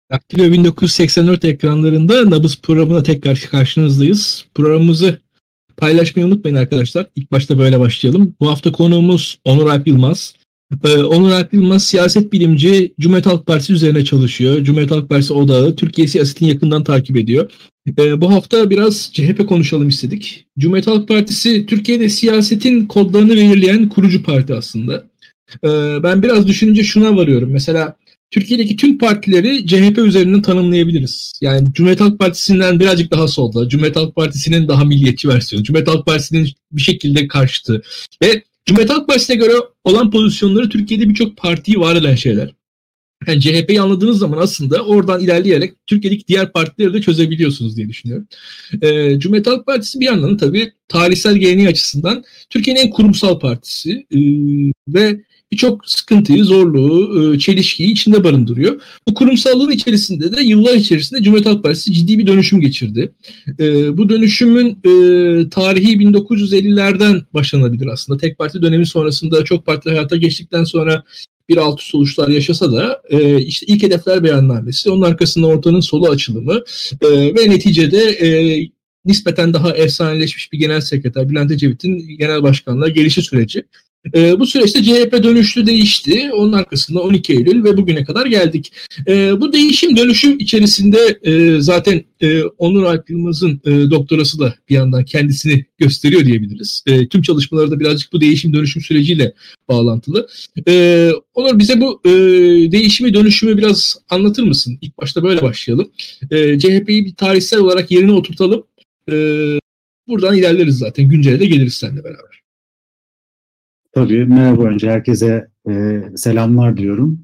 Daktilo 1984 ekranlarında Nabız programına tekrar karşınızdayız. Programımızı paylaşmayı unutmayın arkadaşlar. İlk başta böyle başlayalım. Bu hafta konuğumuz Onur Alp Yılmaz. Onur Alp Yılmaz siyaset bilimci, Cumhuriyet Halk Partisi üzerine çalışıyor. Cumhuriyet Halk Partisi odağı, Türkiye siyasetini yakından takip ediyor. Bu hafta biraz CHP konuşalım istedik. Cumhuriyet Halk Partisi Türkiye'de siyasetin kodlarını belirleyen kurucu parti aslında. Ben biraz düşününce şuna varıyorum. Mesela Türkiye'deki tüm partileri CHP üzerinden tanımlayabiliriz. Yani Cumhuriyet Halk Partisi'nden birazcık daha solda, Cumhuriyet Halk Partisi'nin daha milliyetçi versiyonu, Cumhuriyet Halk Partisi'nin bir şekilde karşıtı ve Cumhuriyet Halk Partisi'ne göre olan pozisyonları Türkiye'de birçok partiyi var eden şeyler. Yani CHP'yi anladığınız zaman aslında oradan ilerleyerek Türkiye'deki diğer partileri de çözebiliyorsunuz diye düşünüyorum. Cumhuriyet Halk Partisi bir yandan tabii tarihsel geleneği açısından Türkiye'nin en kurumsal partisi ve birçok sıkıntıyı, zorluğu, çelişkiyi içinde barındırıyor. Bu kurumsallığın içerisinde de yıllar içerisinde Cumhuriyet Halk Partisi ciddi bir dönüşüm geçirdi. Bu dönüşümün tarihi 1950'lerden başlanabilir aslında. Tek parti dönemi sonrasında çok parti hayata geçtikten sonra bir alt üst oluşlar yaşasa da işte ilk hedefler beyannamesi, onun arkasında ortanın solu açılımı ve neticede nispeten daha efsaneleşmiş bir genel sekreter Bülent Ecevit'in genel başkanlığa gelişi süreci. Bu süreçte CHP dönüştü, değişti. Onun arkasında 12 Eylül ve bugüne kadar geldik. Bu değişim dönüşüm içerisinde zaten Onur Alp Yılmaz'ın doktorası da bir yandan kendisini gösteriyor diyebiliriz. Tüm çalışmaları da birazcık bu değişim dönüşüm süreciyle bağlantılı. Onur, bize bu değişimi dönüşümü biraz anlatır mısın? İlk başta böyle başlayalım. CHP'yi bir tarihsel olarak yerine oturtalım. Buradan ilerleriz zaten. Güncele de geliriz seninle beraber. Tabii, merhaba önce herkese selamlar diyorum.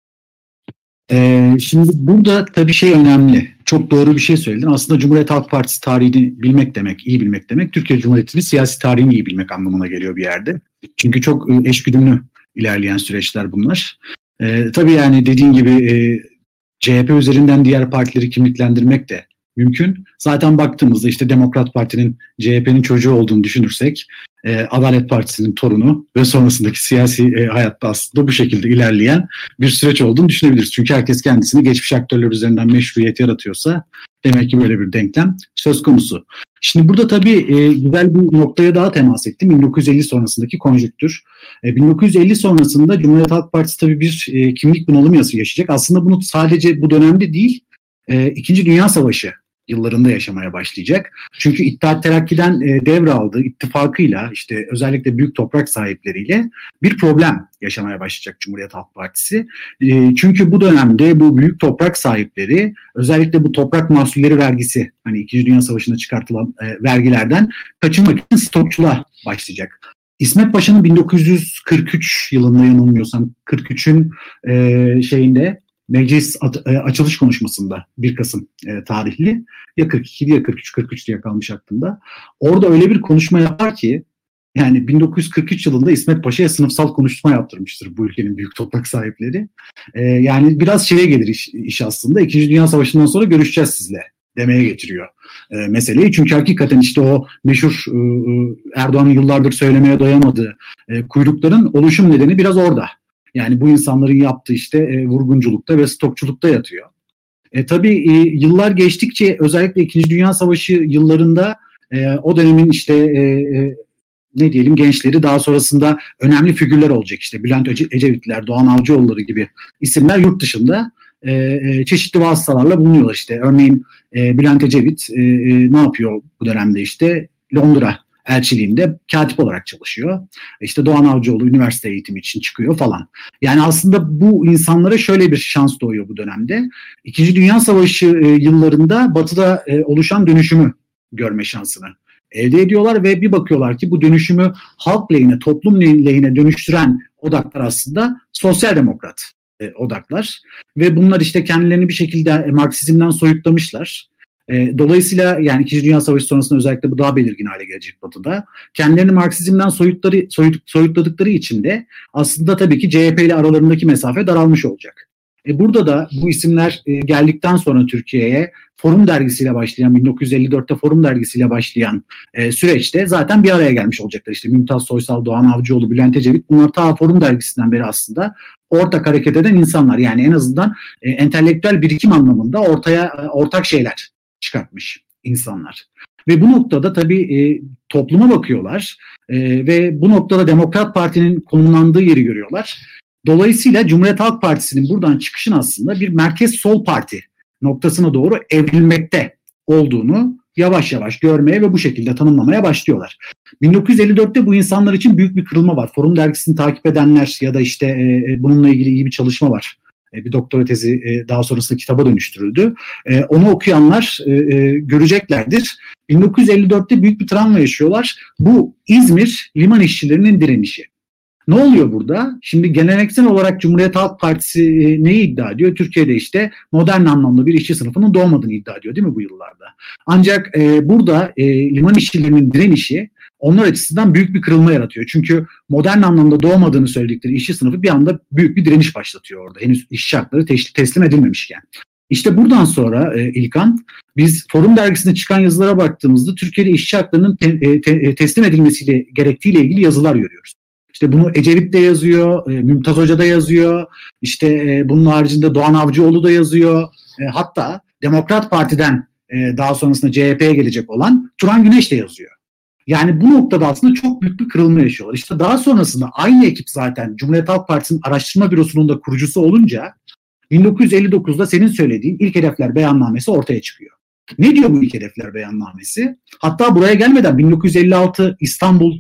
Şimdi burada tabii şey önemli. Çok doğru bir şey söyledin. Aslında Cumhuriyet Halk Partisi tarihini bilmek demek, iyi bilmek demek, Türkiye Cumhuriyeti'nin siyasi tarihini iyi bilmek anlamına geliyor bir yerde. Çünkü çok eşgüdümlü ilerleyen süreçler bunlar. Tabii yani dediğin gibi CHP üzerinden diğer partileri kimliklendirmek de mümkün. Zaten baktığımızda işte Demokrat Parti'nin CHP'nin çocuğu olduğunu düşünürsek Adalet Partisi'nin torunu ve sonrasındaki siyasi hayatta aslında bu şekilde ilerleyen bir süreç olduğunu düşünebiliriz. Çünkü herkes kendisini geçmiş aktörler üzerinden meşruiyet yaratıyorsa demek ki böyle bir denklem söz konusu. Şimdi burada tabii güzel bir noktaya daha temas ettim. 1950 sonrasındaki konjüktür. 1950 sonrasında Cumhuriyet Halk Partisi tabii bir kimlik bunalımı yaşayacak. Aslında bunu sadece bu dönemde değil, İkinci Dünya Savaşı yıllarında yaşamaya başlayacak. Çünkü İttihat Terakki'den devraldığı ittifakıyla işte özellikle büyük toprak sahipleriyle bir problem yaşamaya başlayacak Cumhuriyet Halk Partisi. Çünkü bu dönemde bu büyük toprak sahipleri özellikle bu toprak mahsulleri vergisi, hani İkinci Dünya Savaşı'nda çıkartılan vergilerden kaçınmak için stokçuluğa başlayacak. İsmet Paşa'nın 1943 yılında yanılmıyorsam 43'ün şeyinde meclis açılış konuşmasında 1 Kasım tarihli ya 42 ya 43 diye kalmış aklımda. Orada öyle bir konuşma yapar ki yani 1943 yılında İsmet Paşa'ya sınıfsal konuşma yaptırmıştır bu ülkenin büyük toprak sahipleri. Yani biraz şeye gelir iş aslında. İkinci Dünya Savaşı'ndan sonra görüşeceğiz sizle demeye getiriyor meseleyi. Çünkü hakikaten işte o meşhur Erdoğan'ın yıllardır söylemeye doyamadığı kuyrukların oluşum nedeni biraz orada. Yani bu insanların yaptığı işte vurgunculukta ve stokçulukta yatıyor. Tabii yıllar geçtikçe özellikle İkinci Dünya Savaşı yıllarında o dönemin işte ne diyelim gençleri daha sonrasında önemli figürler olacak. İşte Bülent Ecevitler, Doğan Avcıoğulları gibi isimler yurt dışında çeşitli vasıtalarla bulunuyorlar işte. Örneğin Bülent Ecevit ne yapıyor bu dönemde işte Londra elçiliğinde katip olarak çalışıyor. İşte Doğan Avcıoğlu üniversite eğitimi için çıkıyor falan. Yani aslında bu insanlara şöyle bir şans doğuyor bu dönemde. İkinci Dünya Savaşı yıllarında Batı'da oluşan dönüşümü görme şansını elde ediyorlar ve bir bakıyorlar ki bu dönüşümü halk lehine, toplum lehine dönüştüren odaklar aslında sosyal demokrat odaklar. Ve bunlar işte kendilerini bir şekilde Marksizmden soyutlamışlar. Dolayısıyla yani İkinci Dünya Savaşı sonrasında özellikle bu daha belirgin hale gelecek Batı'da. Kendilerini Marksizmden soyutladıkları için de aslında tabii ki CHP ile aralarındaki mesafe daralmış olacak. Burada da bu isimler geldikten sonra Türkiye'ye Forum dergisiyle başlayan 1954'te Forum dergisiyle başlayan süreçte zaten bir araya gelmiş olacaklar. İşte Mümtaz Soysal, Doğan Avcıoğlu, Bülent Ecevit bunlar ta Forum dergisinden beri aslında ortak hareket eden insanlar. Yani en azından entelektüel birikim anlamında ortak şeyler çıkartmış insanlar. Ve bu noktada tabii topluma bakıyorlar ve bu noktada Demokrat Parti'nin konumlandığı yeri görüyorlar. Dolayısıyla Cumhuriyet Halk Partisi'nin buradan çıkışın aslında bir merkez sol parti noktasına doğru evrilmekte olduğunu yavaş yavaş görmeye ve bu şekilde tanımlamaya başlıyorlar. 1954'te bu insanlar için büyük bir kırılma var. Forum dergisini takip edenler ya da işte bununla ilgili iyi bir çalışma var. Bir doktora tezi daha sonrasında kitaba dönüştürüldü. Onu okuyanlar göreceklerdir. 1954'te büyük bir travma yaşıyorlar. Bu İzmir liman işçilerinin direnişi. Ne oluyor burada? Şimdi geleneksel olarak Cumhuriyet Halk Partisi neyi iddia ediyor? Türkiye'de işte modern anlamda bir işçi sınıfının doğmadığını iddia ediyor değil mi bu yıllarda? Ancak burada liman işçilerinin direnişi onlar açısından büyük bir kırılma yaratıyor. Çünkü modern anlamda doğmadığını söyledikleri işçi sınıfı bir anda büyük bir direniş başlatıyor orada. Henüz işçi hakları teslim edilmemişken. İşte buradan sonra İlkan, biz Forum dergisinde çıkan yazılara baktığımızda Türkiye'de işçi haklarının teslim edilmesiyle gerektiğiyle ilgili yazılar görüyoruz. İşte bunu Ecevit de yazıyor, Mümtaz Hoca da yazıyor, işte bunun haricinde Doğan Avcıoğlu da yazıyor. Hatta Demokrat Parti'den daha sonrasında CHP'ye gelecek olan Turan Güneş de yazıyor. Yani bu noktada aslında çok büyük bir kırılma yaşıyorlar. İşte daha sonrasında aynı ekip zaten Cumhuriyet Halk Partisi'nin araştırma bürosunun da kurucusu olunca 1959'da senin söylediğin ilk hedefler beyannamesi ortaya çıkıyor. Ne diyor bu ilk hedefler beyannamesi? Hatta buraya gelmeden 1956 İstanbul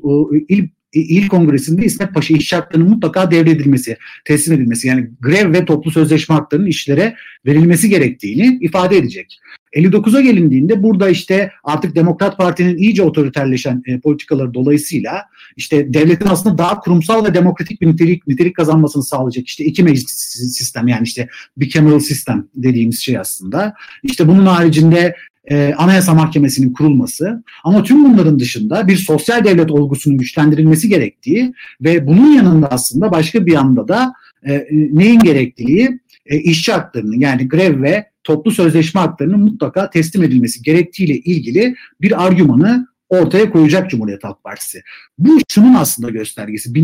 İl Kongresi'nde İsmet Paşa işçi haklarının mutlaka devredilmesi, teslim edilmesi, yani grev ve toplu sözleşme haklarının işçilere verilmesi gerektiğini ifade edecek. 59'a gelindiğinde burada işte artık Demokrat Parti'nin iyice otoriterleşen politikaları dolayısıyla işte devletin aslında daha kurumsal ve demokratik bir nitelik kazanmasını sağlayacak işte iki meclis sistem, yani işte bicameral sistem dediğimiz şey aslında. İşte bunun haricinde Anayasa Mahkemesi'nin kurulması, ama tüm bunların dışında bir sosyal devlet olgusunun güçlendirilmesi gerektiği ve bunun yanında aslında başka bir yanda da neyin gerekliliği, işçi haklarının, yani grev ve toplu sözleşme haklarının mutlaka teslim edilmesi gerektiğiyle ilgili bir argümanı ortaya koyacak Cumhuriyet Halk Partisi. Bu şunun aslında göstergesi.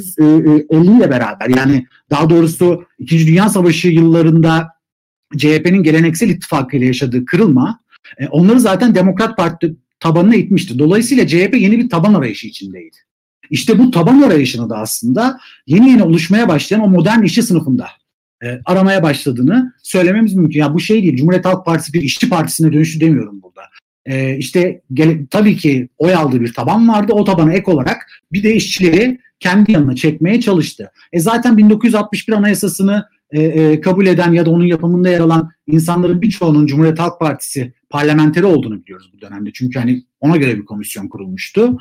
1950 ile beraber, yani daha doğrusu 2. Dünya Savaşı yıllarında CHP'nin geleneksel ittifakıyla yaşadığı kırılma onları zaten Demokrat Parti tabanına itmişti. Dolayısıyla CHP yeni bir taban arayışı içindeydi. İşte bu taban arayışını da aslında yeni oluşmaya başlayan o modern işçi sınıfında aramaya başladığını söylememiz mümkün. Ya bu şey değil, Cumhuriyet Halk Partisi bir işçi partisine dönüştü demiyorum burada. İşte tabii ki oy aldığı bir taban vardı. O tabana ek olarak bir de işçileri kendi yanına çekmeye çalıştı. Zaten 1961 Anayasası'nı kabul eden ya da onun yapımında yer alan insanların birçoğunun Cumhuriyet Halk Partisi parlamenteri olduğunu biliyoruz bu dönemde. Çünkü hani ona göre bir komisyon kurulmuştu.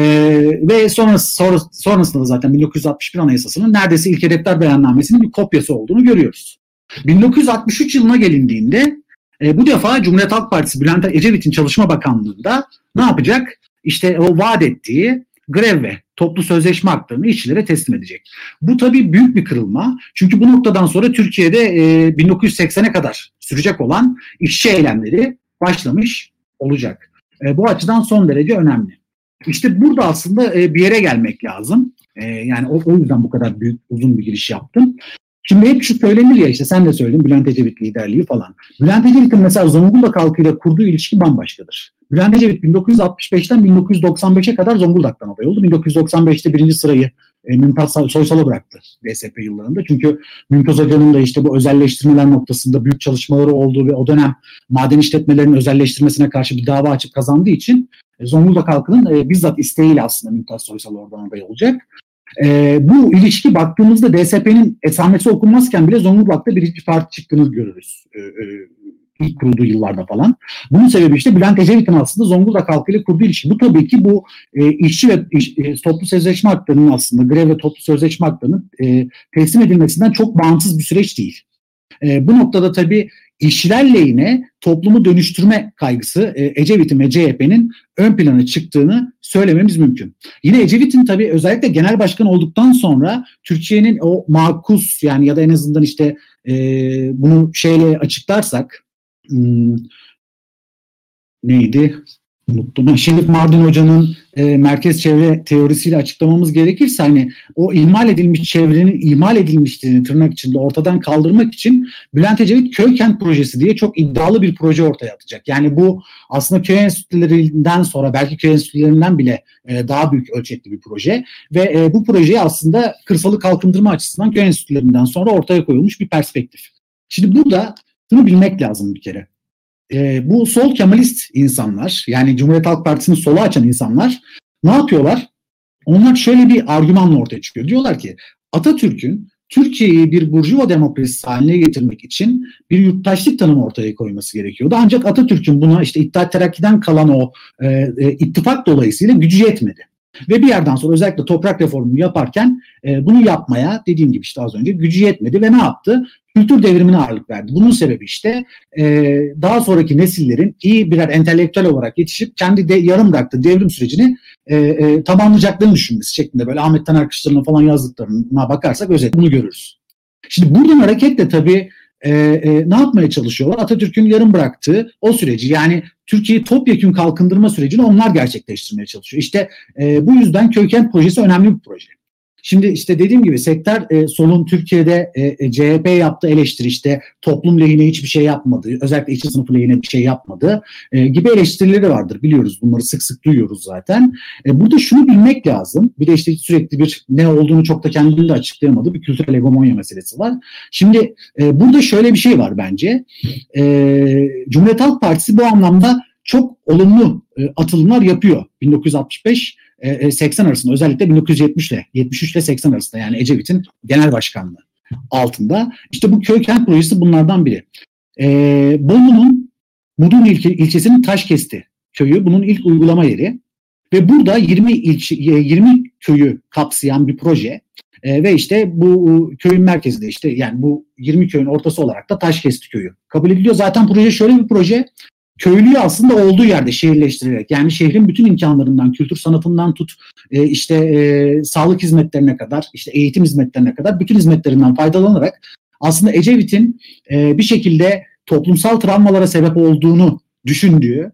Ve sonrasında da zaten 1961 Anayasası'nın neredeyse ilk hedefler beyannamesinin bir kopyası olduğunu görüyoruz. 1963 yılına gelindiğinde bu defa Cumhuriyet Halk Partisi Bülent Ecevit'in Çalışma Bakanlığı'nda ne yapacak? İşte o vaat ettiği grev ve toplu sözleşme haklarını işçilere teslim edecek. Bu tabii büyük bir kırılma. Çünkü bu noktadan sonra Türkiye'de 1980'e kadar sürecek olan işçi eylemleri başlamış olacak. Bu açıdan son derece önemli. İşte burada aslında bir yere gelmek lazım. Yani o yüzden bu kadar büyük, uzun bir giriş yaptım. Şimdi hep şu söylenir ya, işte sen de söyledin, Bülent Ecevit liderliği falan. Bülent Ecevit'in mesela Zonguldak halkıyla kurduğu ilişki bambaşkadır. Bülent Ecevit 1965'ten 1995'e kadar Zonguldak'tan aday oldu. 1995'te birinci sırayı Mümtaz Soysal'a bıraktı DSP yıllarında. Çünkü Mümtaz Hoca'nın da işte bu özelleştirmeler noktasında büyük çalışmaları olduğu ve o dönem maden işletmelerinin özelleştirmesine karşı bir dava açıp kazandığı için Zonguldak halkının bizzat isteğiyle aslında Mümtaz Soysal oradan aday olacak. Bu ilişki baktığımızda DSP'nin esamesi okunmazken bile Zonguldak'ta birinci parti çıktığını görürüz. İlk kurulduğu yıllarda falan. Bunun sebebi işte Bülent Ecevit'in aslında Zonguldak halkıyla kurduğu ilişki. Bu tabii ki bu işçi ve toplu sözleşme haklarının, aslında grev ve toplu sözleşme haklarının teslim edilmesinden çok bağımsız bir süreç değil. Bu noktada tabii işçiler lehine toplumu dönüştürme kaygısı Ecevit'in ve CHP'nin ön plana çıktığını söylememiz mümkün. Yine Ecevit'in tabii özellikle genel başkan olduktan sonra Türkiye'nin o makus, yani ya da en azından işte bunu şeyle açıklarsak neydi? unuttum. Şerif Mardin Hoca'nın merkez çevre teorisiyle açıklamamız gerekirse hani o ihmal edilmiş çevrenin ihmal edilmişliğini tırnak içinde ortadan kaldırmak için Bülent Ecevit köy kent projesi diye çok iddialı bir proje ortaya atacak. Yani bu aslında köy enstitülerinden sonra belki köy enstitülerinden bile daha büyük ölçekli bir proje ve bu projeyi aslında kırsalı kalkındırma açısından köy enstitülerinden sonra ortaya koyulmuş bir perspektif. Şimdi burada bunu bilmek lazım bir kere. Bu sol Kemalist insanlar, yani Cumhuriyet Halk Partisi'nin sola açan insanlar ne yapıyorlar? Onlar şöyle bir argümanla ortaya çıkıyor. Diyorlar ki Atatürk'ün Türkiye'yi bir burjuva demokrasisi haline getirmek için bir yurttaşlık tanımı ortaya koyması gerekiyordu. Ancak Atatürk'ün buna işte İttihat Terakki'den kalan o ittifak dolayısıyla gücü yetmedi. Ve bir yerden sonra özellikle toprak reformunu yaparken bunu yapmaya dediğim gibi işte az önce gücü yetmedi ve ne yaptı? Kültür devrimine ağırlık verdi. Bunun sebebi işte daha sonraki nesillerin iyi birer entelektüel olarak yetişip kendi yarım bıraktığı devrim sürecini tamamlayacaklarını düşünmesi şeklinde böyle Ahmet Taner Kışlan'ın falan yazdıklarına bakarsak özetle bunu görürüz. Şimdi buradan hareketle tabii ne yapmaya çalışıyorlar? Atatürk'ün yarım bıraktığı o süreci yani Türkiye'yi topyekün kalkındırma sürecini onlar gerçekleştirmeye çalışıyor. İşte bu yüzden Köykent projesi önemli bir proje. Şimdi işte dediğim gibi sektör solun Türkiye'de CHP yaptığı eleştiri işte toplum lehine hiçbir şey yapmadı, özellikle işçi sınıfı lehine bir şey yapmadı gibi eleştirileri vardır biliyoruz. Bunları sık sık duyuyoruz zaten. Burada şunu bilmek lazım. Bir de işte sürekli bir ne olduğunu çok da kendini de açıklayamadığı bir kültürel hegemonya meselesi var. Şimdi burada şöyle bir şey var bence. Cumhuriyet Halk Partisi bu anlamda çok olumlu atılımlar yapıyor. 1965-80 arasında özellikle 1970 ile 73 ile 80 arasında yani Ecevit'in genel başkanlığı altında. İşte bu köy kent projesi bunlardan biri. Bolu'nun Mudun ilçesinin Taşkesti köyü bunun ilk uygulama yeri ve burada 20 köyü kapsayan bir proje. Ve işte bu köyün merkezinde işte yani bu 20 köyün ortası olarak da Taşkesti köyü kabul ediliyor. Zaten proje şöyle bir proje. Köylüyü aslında olduğu yerde şehirleştirerek yani şehrin bütün imkanlarından, kültür sanatından tut sağlık hizmetlerine kadar, işte eğitim hizmetlerine kadar bütün hizmetlerinden faydalanarak aslında Ecevit'in bir şekilde toplumsal travmalara sebep olduğunu düşündüğü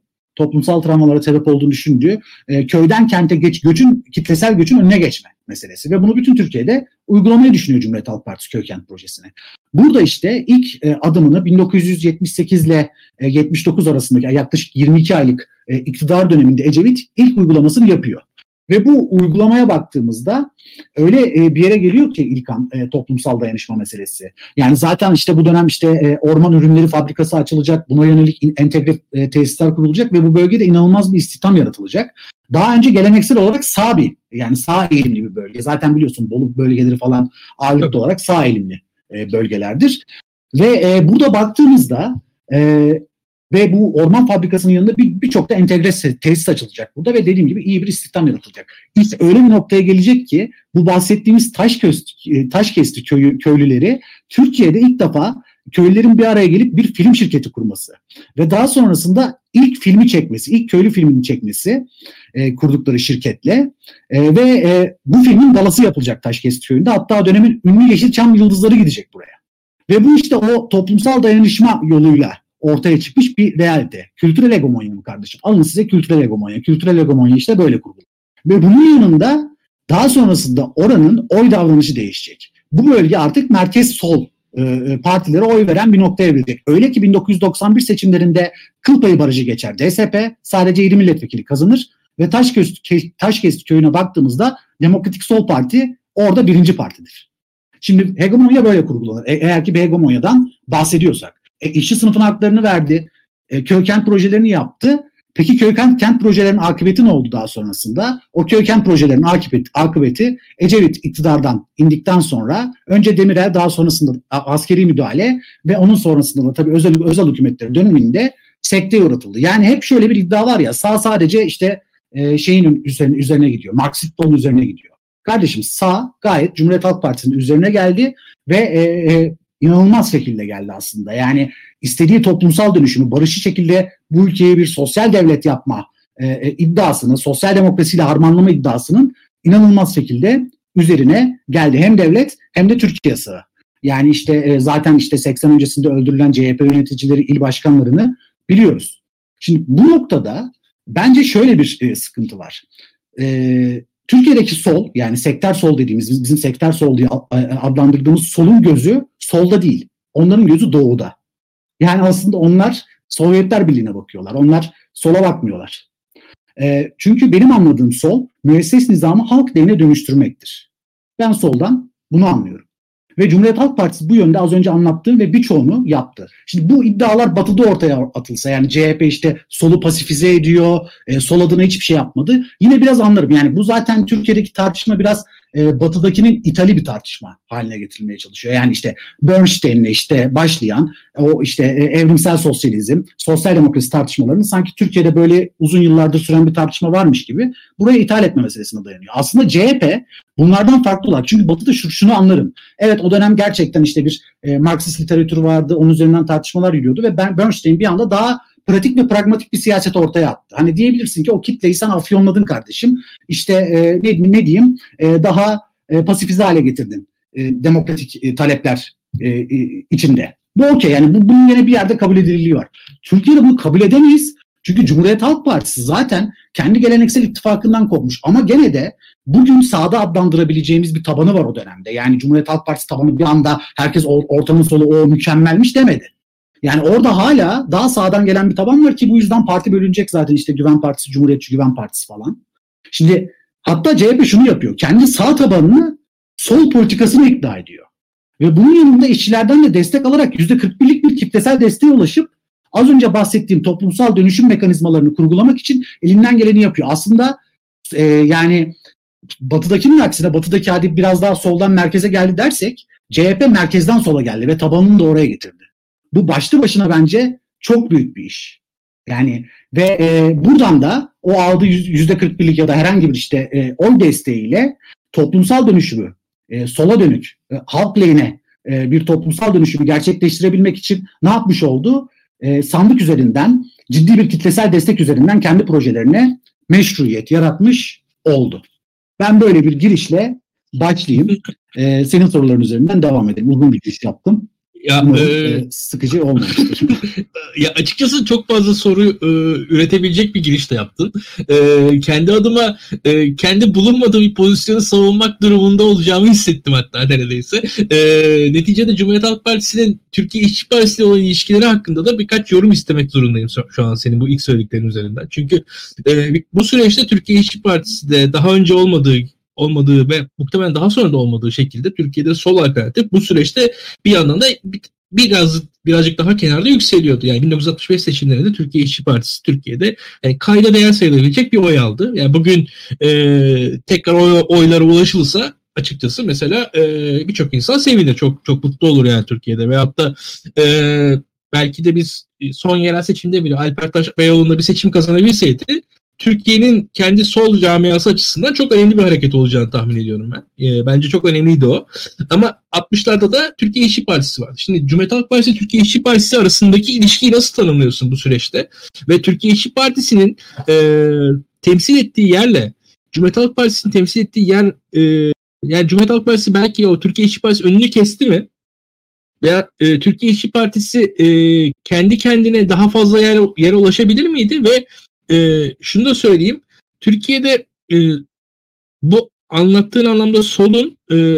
köyden kente kitlesel göçün önüne geçme meselesi ve bunu bütün Türkiye'de uygulamayı düşünüyor Cumhuriyet Halk Partisi Köykent projesine. Burada işte ilk adımını 1978 ile 79 arasındaki yaklaşık 22 aylık iktidar döneminde Ecevit ilk uygulamasını yapıyor. Ve bu uygulamaya baktığımızda öyle bir yere geliyor ki İlkan toplumsal dayanışma meselesi. Yani zaten işte bu dönem işte orman ürünleri fabrikası açılacak, buna yönelik entegre tesisler kurulacak ve bu bölgede inanılmaz bir istihdam yaratılacak. Daha önce geleneksel olarak sağ eğilimli bir bölge. Zaten biliyorsun Bolu bölgeleri falan ağırlıklı olarak sağ eğilimli bölgelerdir. Ve burada baktığımızda ve bu orman fabrikasının yanında birçok da entegre tesis açılacak burada ve dediğim gibi iyi bir istihdam yaratılacak. İşte öyle bir noktaya gelecek ki bu bahsettiğimiz Taşkesti köylüleri Türkiye'de ilk defa köylülerin bir araya gelip bir film şirketi kurması ve daha sonrasında ilk köylü filmini çekmesi kurdukları şirketle ve bu filmin galası yapılacak Taşkesti köyünde. Hatta dönemin ünlü Yeşilçam yıldızları gidecek buraya. Ve bu işte o toplumsal dayanışma yoluyla ortaya çıkmış bir realite. Kültürel hegemonya mı kardeşim? Alın size kültürel hegemonya. Kültürel hegemonya işte böyle kurulur. Ve bunun yanında daha sonrasında oranın oy davranışı değişecek. Bu bölge artık merkez sol partilere oy veren bir noktaya gelecek. Öyle ki 1991 seçimlerinde kıl payı barajı geçer DSP. Sadece 7 milletvekili kazanır. Ve Taşkesti köyüne baktığımızda Demokratik Sol Parti orada birinci partidir. Şimdi hegemonya böyle kurgulanır. Eğer ki bir hegemonyadan bahsediyorsak. İşçi sınıfına haklarını verdi. Köykent projelerini yaptı. Peki köykent projelerinin akıbeti ne oldu daha sonrasında? O köykent projelerinin akıbeti Ecevit iktidardan indikten sonra önce Demirel daha sonrasında askeri müdahale ve onun sonrasında da tabii özel hükümetlerin döneminde sekteye uğratıldı. Yani hep şöyle bir iddia var ya sağ sadece işte şeyin üzerine gidiyor. Marksist Sol'un üzerine gidiyor. Kardeşim sağ gayet Cumhuriyet Halk Partisi'nin üzerine geldi ve inanılmaz şekilde geldi aslında. Yani istediği toplumsal dönüşümü, barışçı şekilde bu ülkeyi bir sosyal devlet yapma iddiasını, sosyal demokrasiyle harmanlama iddiasının inanılmaz şekilde üzerine geldi. Hem devlet hem de Türkiye sağı. Yani işte zaten işte 80 öncesinde öldürülen CHP yöneticileri, il başkanlarını biliyoruz. Şimdi bu noktada bence şöyle bir sıkıntı var. Türkiye'deki sol, yani sektör sol dediğimiz, bizim sektör sol diye adlandırdığımız solun gözü solda değil. Onların gözü doğuda. Yani aslında onlar Sovyetler Birliği'ne bakıyorlar. Onlar sola bakmıyorlar. Çünkü benim anladığım sol, müesses nizamı halk lehine dönüştürmektir. Ben soldan bunu anlıyorum. Ve Cumhuriyet Halk Partisi bu yönde az önce anlattığım ve birçoğunu yaptı. Şimdi bu iddialar Batı'da ortaya atılsa, yani CHP işte solu pasifize ediyor, sol adına hiçbir şey yapmadı. Yine biraz anlarım. Yani bu zaten Türkiye'deki tartışma biraz Batı'dakinin ithali bir tartışma haline getirilmeye çalışıyor. Yani işte Bernstein'le işte başlayan o işte evrimsel sosyalizm, sosyal demokrasi tartışmalarının sanki Türkiye'de böyle uzun yıllardır süren bir tartışma varmış gibi buraya ithal etme meselesine dayanıyor. Aslında CHP bunlardan farklı olarak, çünkü Batı'da şunu anlarım. Evet, o dönem gerçekten işte bir Marksist literatürü vardı, onun üzerinden tartışmalar yürüyordu ve Bernstein bir anda daha pratik ve pragmatik bir siyaset ortaya attı. Hani diyebilirsin ki o kitleyi sen afyonladın kardeşim. İşte ne diyeyim, daha pasifize hale getirdin demokratik talepler içinde. Bu okey, yani bunun yine bir yerde kabul edilirliği var. Türkiye'de bunu kabul edemeyiz. Çünkü Cumhuriyet Halk Partisi zaten kendi geleneksel ittifakından kopmuş. Ama gene de bugün sağda adlandırabileceğimiz bir tabanı var o dönemde. Yani Cumhuriyet Halk Partisi tabanı bir anda herkes ortanın solu o mükemmelmiş demedi. Yani orada hala daha sağdan gelen bir taban var ki bu yüzden parti bölünecek zaten, işte Güven Partisi, Cumhuriyetçi Güven Partisi falan. Şimdi hatta CHP şunu yapıyor. Kendi sağ tabanını sol politikasını ikna ediyor. Ve bunun yanında işçilerden de destek alarak %41'lik bir kitlesel desteğe ulaşıp az önce bahsettiğim toplumsal dönüşüm mekanizmalarını kurgulamak için elinden geleni yapıyor. Aslında yani Batı'dakinin aksine, Batı'daki hadi biraz daha soldan merkeze geldi dersek, CHP merkezden sola geldi ve tabanını da oraya getirdi. Bu başlı başına bence çok büyük bir iş. Yani ve buradan da o aldığı %41'lik ya da herhangi bir işte oy desteğiyle toplumsal dönüşümü, sola dönük, halk lehine bir toplumsal dönüşümü gerçekleştirebilmek için ne yapmış oldu? Sandık üzerinden, ciddi bir kitlesel destek üzerinden kendi projelerine meşruiyet yaratmış oldu. Ben böyle bir girişle başlayayım. Senin soruların üzerinden devam edelim. Uzun bir giriş yaptım. Ya, sıkıcı olmamıştır. Ya açıkçası çok fazla soru üretebilecek bir giriş de yaptın. Kendi adıma kendi bulunmadığım bir pozisyonu savunmak durumunda olacağımı hissettim hatta neredeyse. Neticede Cumhuriyet Halk Partisi'nin Türkiye İşçi Partisi ile olan ilişkileri hakkında da birkaç yorum istemek zorundayım şu an senin bu ilk söylediklerin üzerinden. Çünkü bu süreçte Türkiye İşçi Partisi de daha önce olmadığı ve muhtemelen daha sonra da olmadığı şekilde Türkiye'de sol alternatif bu süreçte bir yandan da birazcık daha kenarda yükseliyordu. Yani 1965 seçimlerinde Türkiye İşçi Partisi Türkiye'de kayda değer sayılabilecek bir oy aldı. Yani bugün tekrar oylara ulaşılsa açıkçası mesela birçok insan sevinir. Çok çok mutlu olur yani Türkiye'de. Veyahut da belki de biz son yerel seçimde bile Alper Taş Beyoğlu'nda bir seçim kazanabilseydi Türkiye'nin kendi sol camiası açısından çok önemli bir hareket olacağını tahmin ediyorum ben. Bence çok önemliydi o. Ama 60'larda da Türkiye İşçi Partisi vardı. Şimdi Cumhuriyet Halk Partisi Türkiye İşçi Partisi arasındaki ilişkiyi nasıl tanımlıyorsun bu süreçte? Ve Türkiye İşçi Partisi'nin temsil ettiği yerle Cumhuriyet Halk Partisi'nin temsil ettiği yer, yani Cumhuriyet Halk Partisi belki o Türkiye İşçi Partisi önünü kesti mi? Veya Türkiye İşçi Partisi kendi kendine daha fazla yere ulaşabilir miydi? Ve şunu da söyleyeyim. Türkiye'de bu anlattığın anlamda solun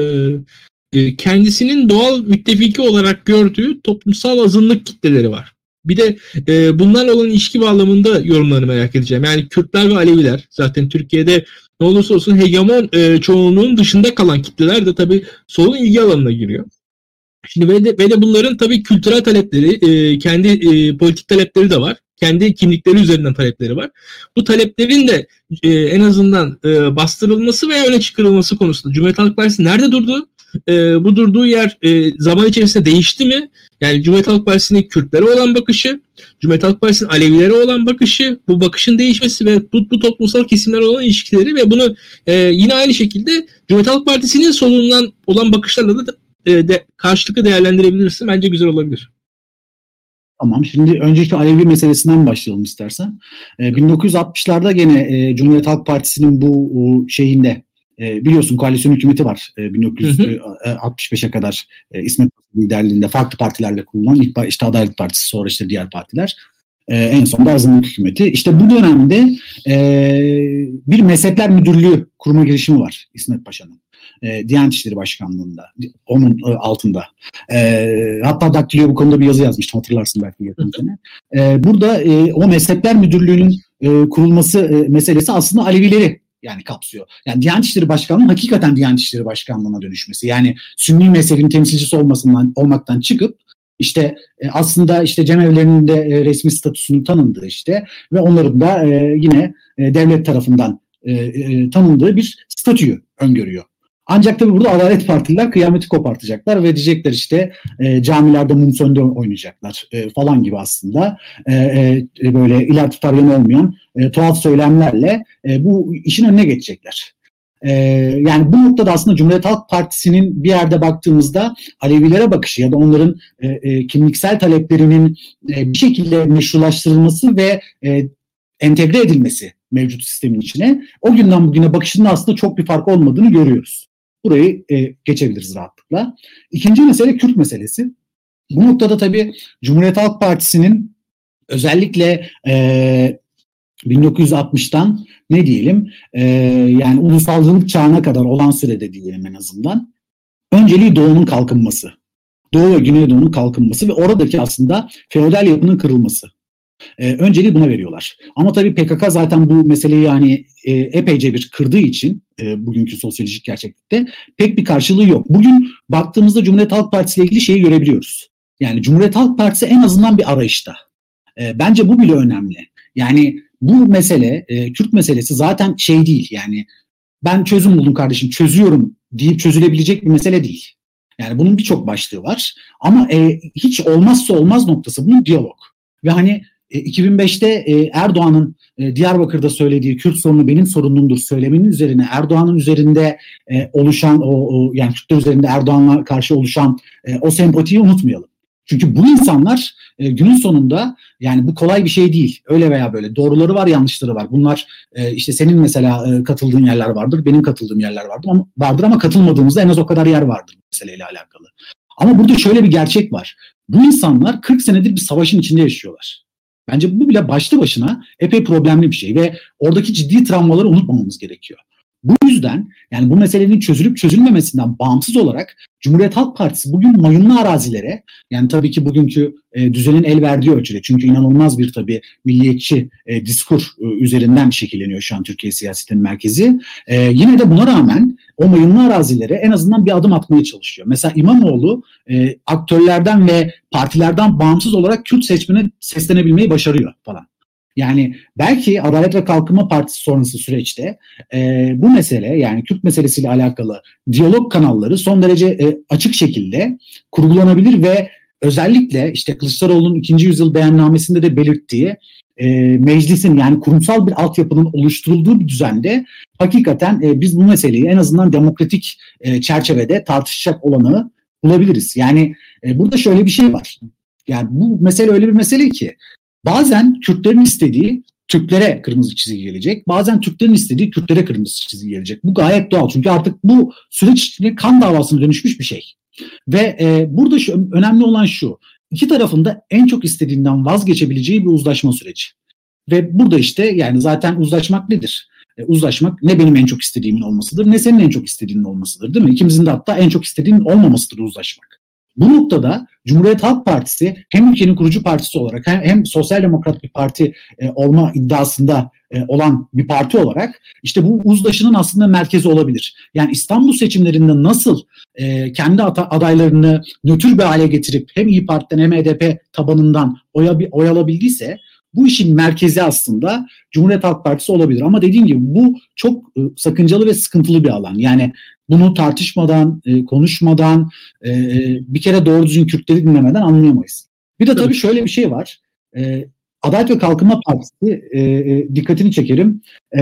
kendisinin doğal müttefiki olarak gördüğü toplumsal azınlık kitleleri var. Bir de bunlarla olan ilişki bağlamında yorumlarını merak edeceğim. Yani Kürtler ve Aleviler zaten Türkiye'de ne olursa olsun hegemon çoğunluğun dışında kalan kitleler de tabii solun ilgi alanına giriyor. Şimdi ve de bunların tabii kültürel talepleri, kendi politik talepleri de var. Kendi kimlikleri üzerinden talepleri var. Bu taleplerin de en azından bastırılması veya öne çıkarılması konusunda Cumhuriyet Halk Partisi nerede durdu? Bu durduğu yer zaman içerisinde değişti mi? Yani Cumhuriyet Halk Partisi'nin Kürtlere olan bakışı, Cumhuriyet Halk Partisi'nin Alevilere olan bakışı, bu bakışın değişmesi ve bu toplumsal kesimlerle olan ilişkileri ve bunu yine aynı şekilde Cumhuriyet Halk Partisi'nin solundan olan bakışlarla da karşılıklı değerlendirebilirsin. Bence güzel olabilir. Tamam. Şimdi önceki Alevi meselesinden başlayalım istersen. 1960'larda gene Cumhuriyet Halk Partisi'nin bu şeyinde biliyorsun koalisyon hükümeti var. 1965'e kadar İsmet liderliğinde farklı partilerle kurulan ilk işte Adalet Partisi, sonra işte diğer partiler. En sonunda azınlık hükümeti. İşte bu dönemde bir mezhepler müdürlüğü kurma girişimi var İsmet Paşa'nın. Diyanet İşleri Başkanlığı'nda, onun altında. Hatta Daktilo bu konuda bir yazı yazmıştım, hatırlarsın belki yakın sene. Burada o mezhepler müdürlüğünün kurulması meselesi aslında Alevileri yani kapsıyor. Yani Diyanet İşleri Başkanlığı'nın hakikaten Diyanet İşleri Başkanlığı'na dönüşmesi. Yani Sünni mezhebin temsilcisi olmaktan çıkıp işte aslında işte cemevlerinin de resmi statüsünün tanındığı işte ve onların da yine devlet tarafından tanındığı bir statüyü öngörüyor. Ancak tabii burada Adalet Partililer kıyameti kopartacaklar ve diyecekler işte camilerde mum söndü oynayacaklar falan gibi aslında böyle iler tutar yanı olmayan tuhaf söylemlerle bu işin önüne geçecekler. Yani bu noktada aslında Cumhuriyet Halk Partisi'nin bir yerde baktığımızda Alevilere bakışı ya da onların kimliksel taleplerinin bir şekilde meşrulaştırılması ve entegre edilmesi mevcut sistemin içine, o günden bugüne bakışının aslında çok bir fark olmadığını görüyoruz. Burayı geçebiliriz rahatlıkla. İkinci mesele Kürt meselesi. Bu noktada tabii Cumhuriyet Halk Partisi'nin özellikle 1960'tan ne diyelim yani ulusalcılık çağına kadar olan sürede diyelim en azından önceliği Doğu'nun kalkınması. Doğu ve Güneydoğu'nun kalkınması ve oradaki aslında feodal yapının kırılması. Önceliği buna veriyorlar. Ama tabii PKK zaten bu meseleyi yani epeyce bir kırdığı için bugünkü sosyolojik gerçeklikte pek bir karşılığı yok. Bugün baktığımızda Cumhuriyet Halk Partisi ile ilgili şeyi görebiliyoruz. Yani Cumhuriyet Halk Partisi en azından bir arayışta. Bence bu bile önemli. Yani bu mesele, Kürt meselesi zaten şey değil. Yani ben çözüm buldum kardeşim, çözüyorum deyip çözülebilecek bir mesele değil. Yani bunun birçok başlığı var. Ama hiç olmazsa olmaz noktası bunun diyalog. Ve hani 2005'te Erdoğan'ın Diyarbakır'da söylediği Kürt sorunu benim sorunumdur söyleminin üzerine Erdoğan'ın üzerinde oluşan yani Kürtler üzerinde Erdoğan'la karşı oluşan o sempatiyi unutmayalım. Çünkü bu insanlar günün sonunda yani bu kolay bir şey değil. Öyle veya böyle doğruları var, yanlışları var. Bunlar işte senin mesela katıldığın yerler vardır, benim katıldığım yerler vardır ama katılmadığımızda en az o kadar yer vardır meseleyle alakalı. Ama burada şöyle bir gerçek var. Bu insanlar 40 senedir bir savaşın içinde yaşıyorlar. Bence bu bile başlı başına epey problemli bir şey ve oradaki ciddi travmaları unutmamamız gerekiyor. Bu yüzden yani bu meselenin çözülüp çözülmemesinden bağımsız olarak Cumhuriyet Halk Partisi bugün mayınlı arazilere, yani tabii ki bugünkü düzenin el verdiği ölçüde, çünkü inanılmaz bir tabii milliyetçi diskur üzerinden şekilleniyor şu an Türkiye siyasetinin merkezi. Yine de buna rağmen o mayınlı arazilere en azından bir adım atmaya çalışıyor. Mesela İmamoğlu aktörlerden ve partilerden bağımsız olarak Kürt seçmene seslenebilmeyi başarıyor falan. Yani belki Adalet ve Kalkınma Partisi sonrası süreçte bu mesele, yani Kürt meselesiyle alakalı diyalog kanalları son derece açık şekilde kurgulanabilir ve özellikle işte Kılıçdaroğlu'nun 2. yüzyıl beyannamesinde de belirttiği meclisin, yani kurumsal bir altyapının oluşturulduğu bir düzende hakikaten biz bu meseleyi en azından demokratik çerçevede tartışacak olanağı bulabiliriz. Yani burada şöyle bir şey var. Yani bu mesele öyle bir mesele ki bazen Kürtlerin istediği Türklere kırmızı çizgi gelecek. Bazen Türklerin istediği Kürtlere kırmızı çizgi gelecek. Bu gayet doğal. Çünkü artık bu süreç içinde kan davasına dönüşmüş bir şey. Ve burada önemli olan şu. İki tarafında en çok istediğinden vazgeçebileceği bir uzlaşma süreci. Ve burada işte yani zaten uzlaşmak nedir? Uzlaşmak ne benim en çok istediğimin olmasıdır, ne senin en çok istediğinin olmasıdır, değil mi? İkimizin de hatta en çok istediğinin olmamasıdır uzlaşmak. Bu noktada Cumhuriyet Halk Partisi hem ülkenin kurucu partisi olarak hem sosyal demokrat bir parti olma iddiasında olan bir parti olarak işte bu uzlaşının aslında merkezi olabilir. Yani İstanbul seçimlerinde nasıl kendi adaylarını nötr bir hale getirip hem İYİ Parti'den hem HDP tabanından oy alabildiyse bu işin merkezi aslında Cumhuriyet Halk Partisi olabilir. Ama dediğim gibi bu çok sakıncalı ve sıkıntılı bir alan. Yani bunu tartışmadan, konuşmadan, bir kere doğru düzgün Kürtleri dinlemeden anlayamayız. Bir de tabii şöyle bir şey var. Adalet ve Kalkınma Partisi, dikkatini çekerim,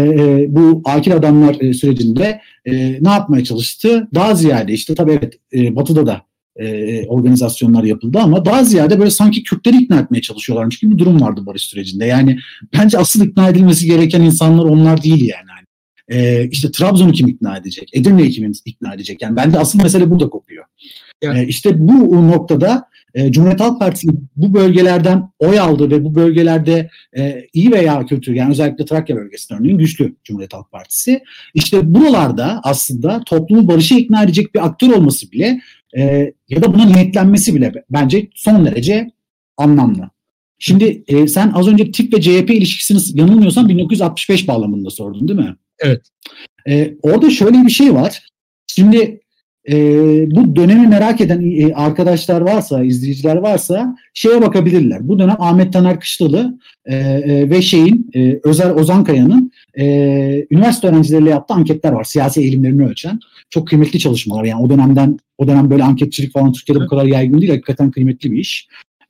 bu akil adamlar sürecinde ne yapmaya çalıştı? Daha ziyade işte tabii evet Batı'da da organizasyonlar yapıldı ama daha ziyade böyle sanki Kürtleri ikna etmeye çalışıyorlarmış gibi bir durum vardı barış sürecinde. Yani bence asıl ikna edilmesi gereken insanlar onlar değil yani. İşte Trabzon'u kim ikna edecek? Edirne'yi kim ikna edecek? Yani bence asıl mesele burada kopuyor. İşte bu noktada Cumhuriyet Halk Partisi bu bölgelerden oy aldı ve bu bölgelerde iyi veya kötü, yani özellikle Trakya bölgesinde örneğin güçlü Cumhuriyet Halk Partisi. İşte buralarda aslında toplumu barışa ikna edecek bir aktör olması bile ya da buna niyetlenmesi bile bence son derece anlamlı. Şimdi sen az önce tip ve CHP ilişkisini yanılmıyorsam 1965 bağlamında sordun değil mi? Evet. Orada şöyle bir şey var. Şimdi bu dönemi merak eden arkadaşlar varsa, izleyiciler varsa şeye bakabilirler. Bu dönem Ahmet Taner Kışlalı ve Özer Ozankaya'nın üniversite öğrencileriyle yaptığı anketler var. Siyasi eğilimlerini ölçen. Çok kıymetli çalışmalar. Yani o dönem böyle anketçilik falan Türkiye'de bu kadar yaygın değil. Hakikaten kıymetli bir iş.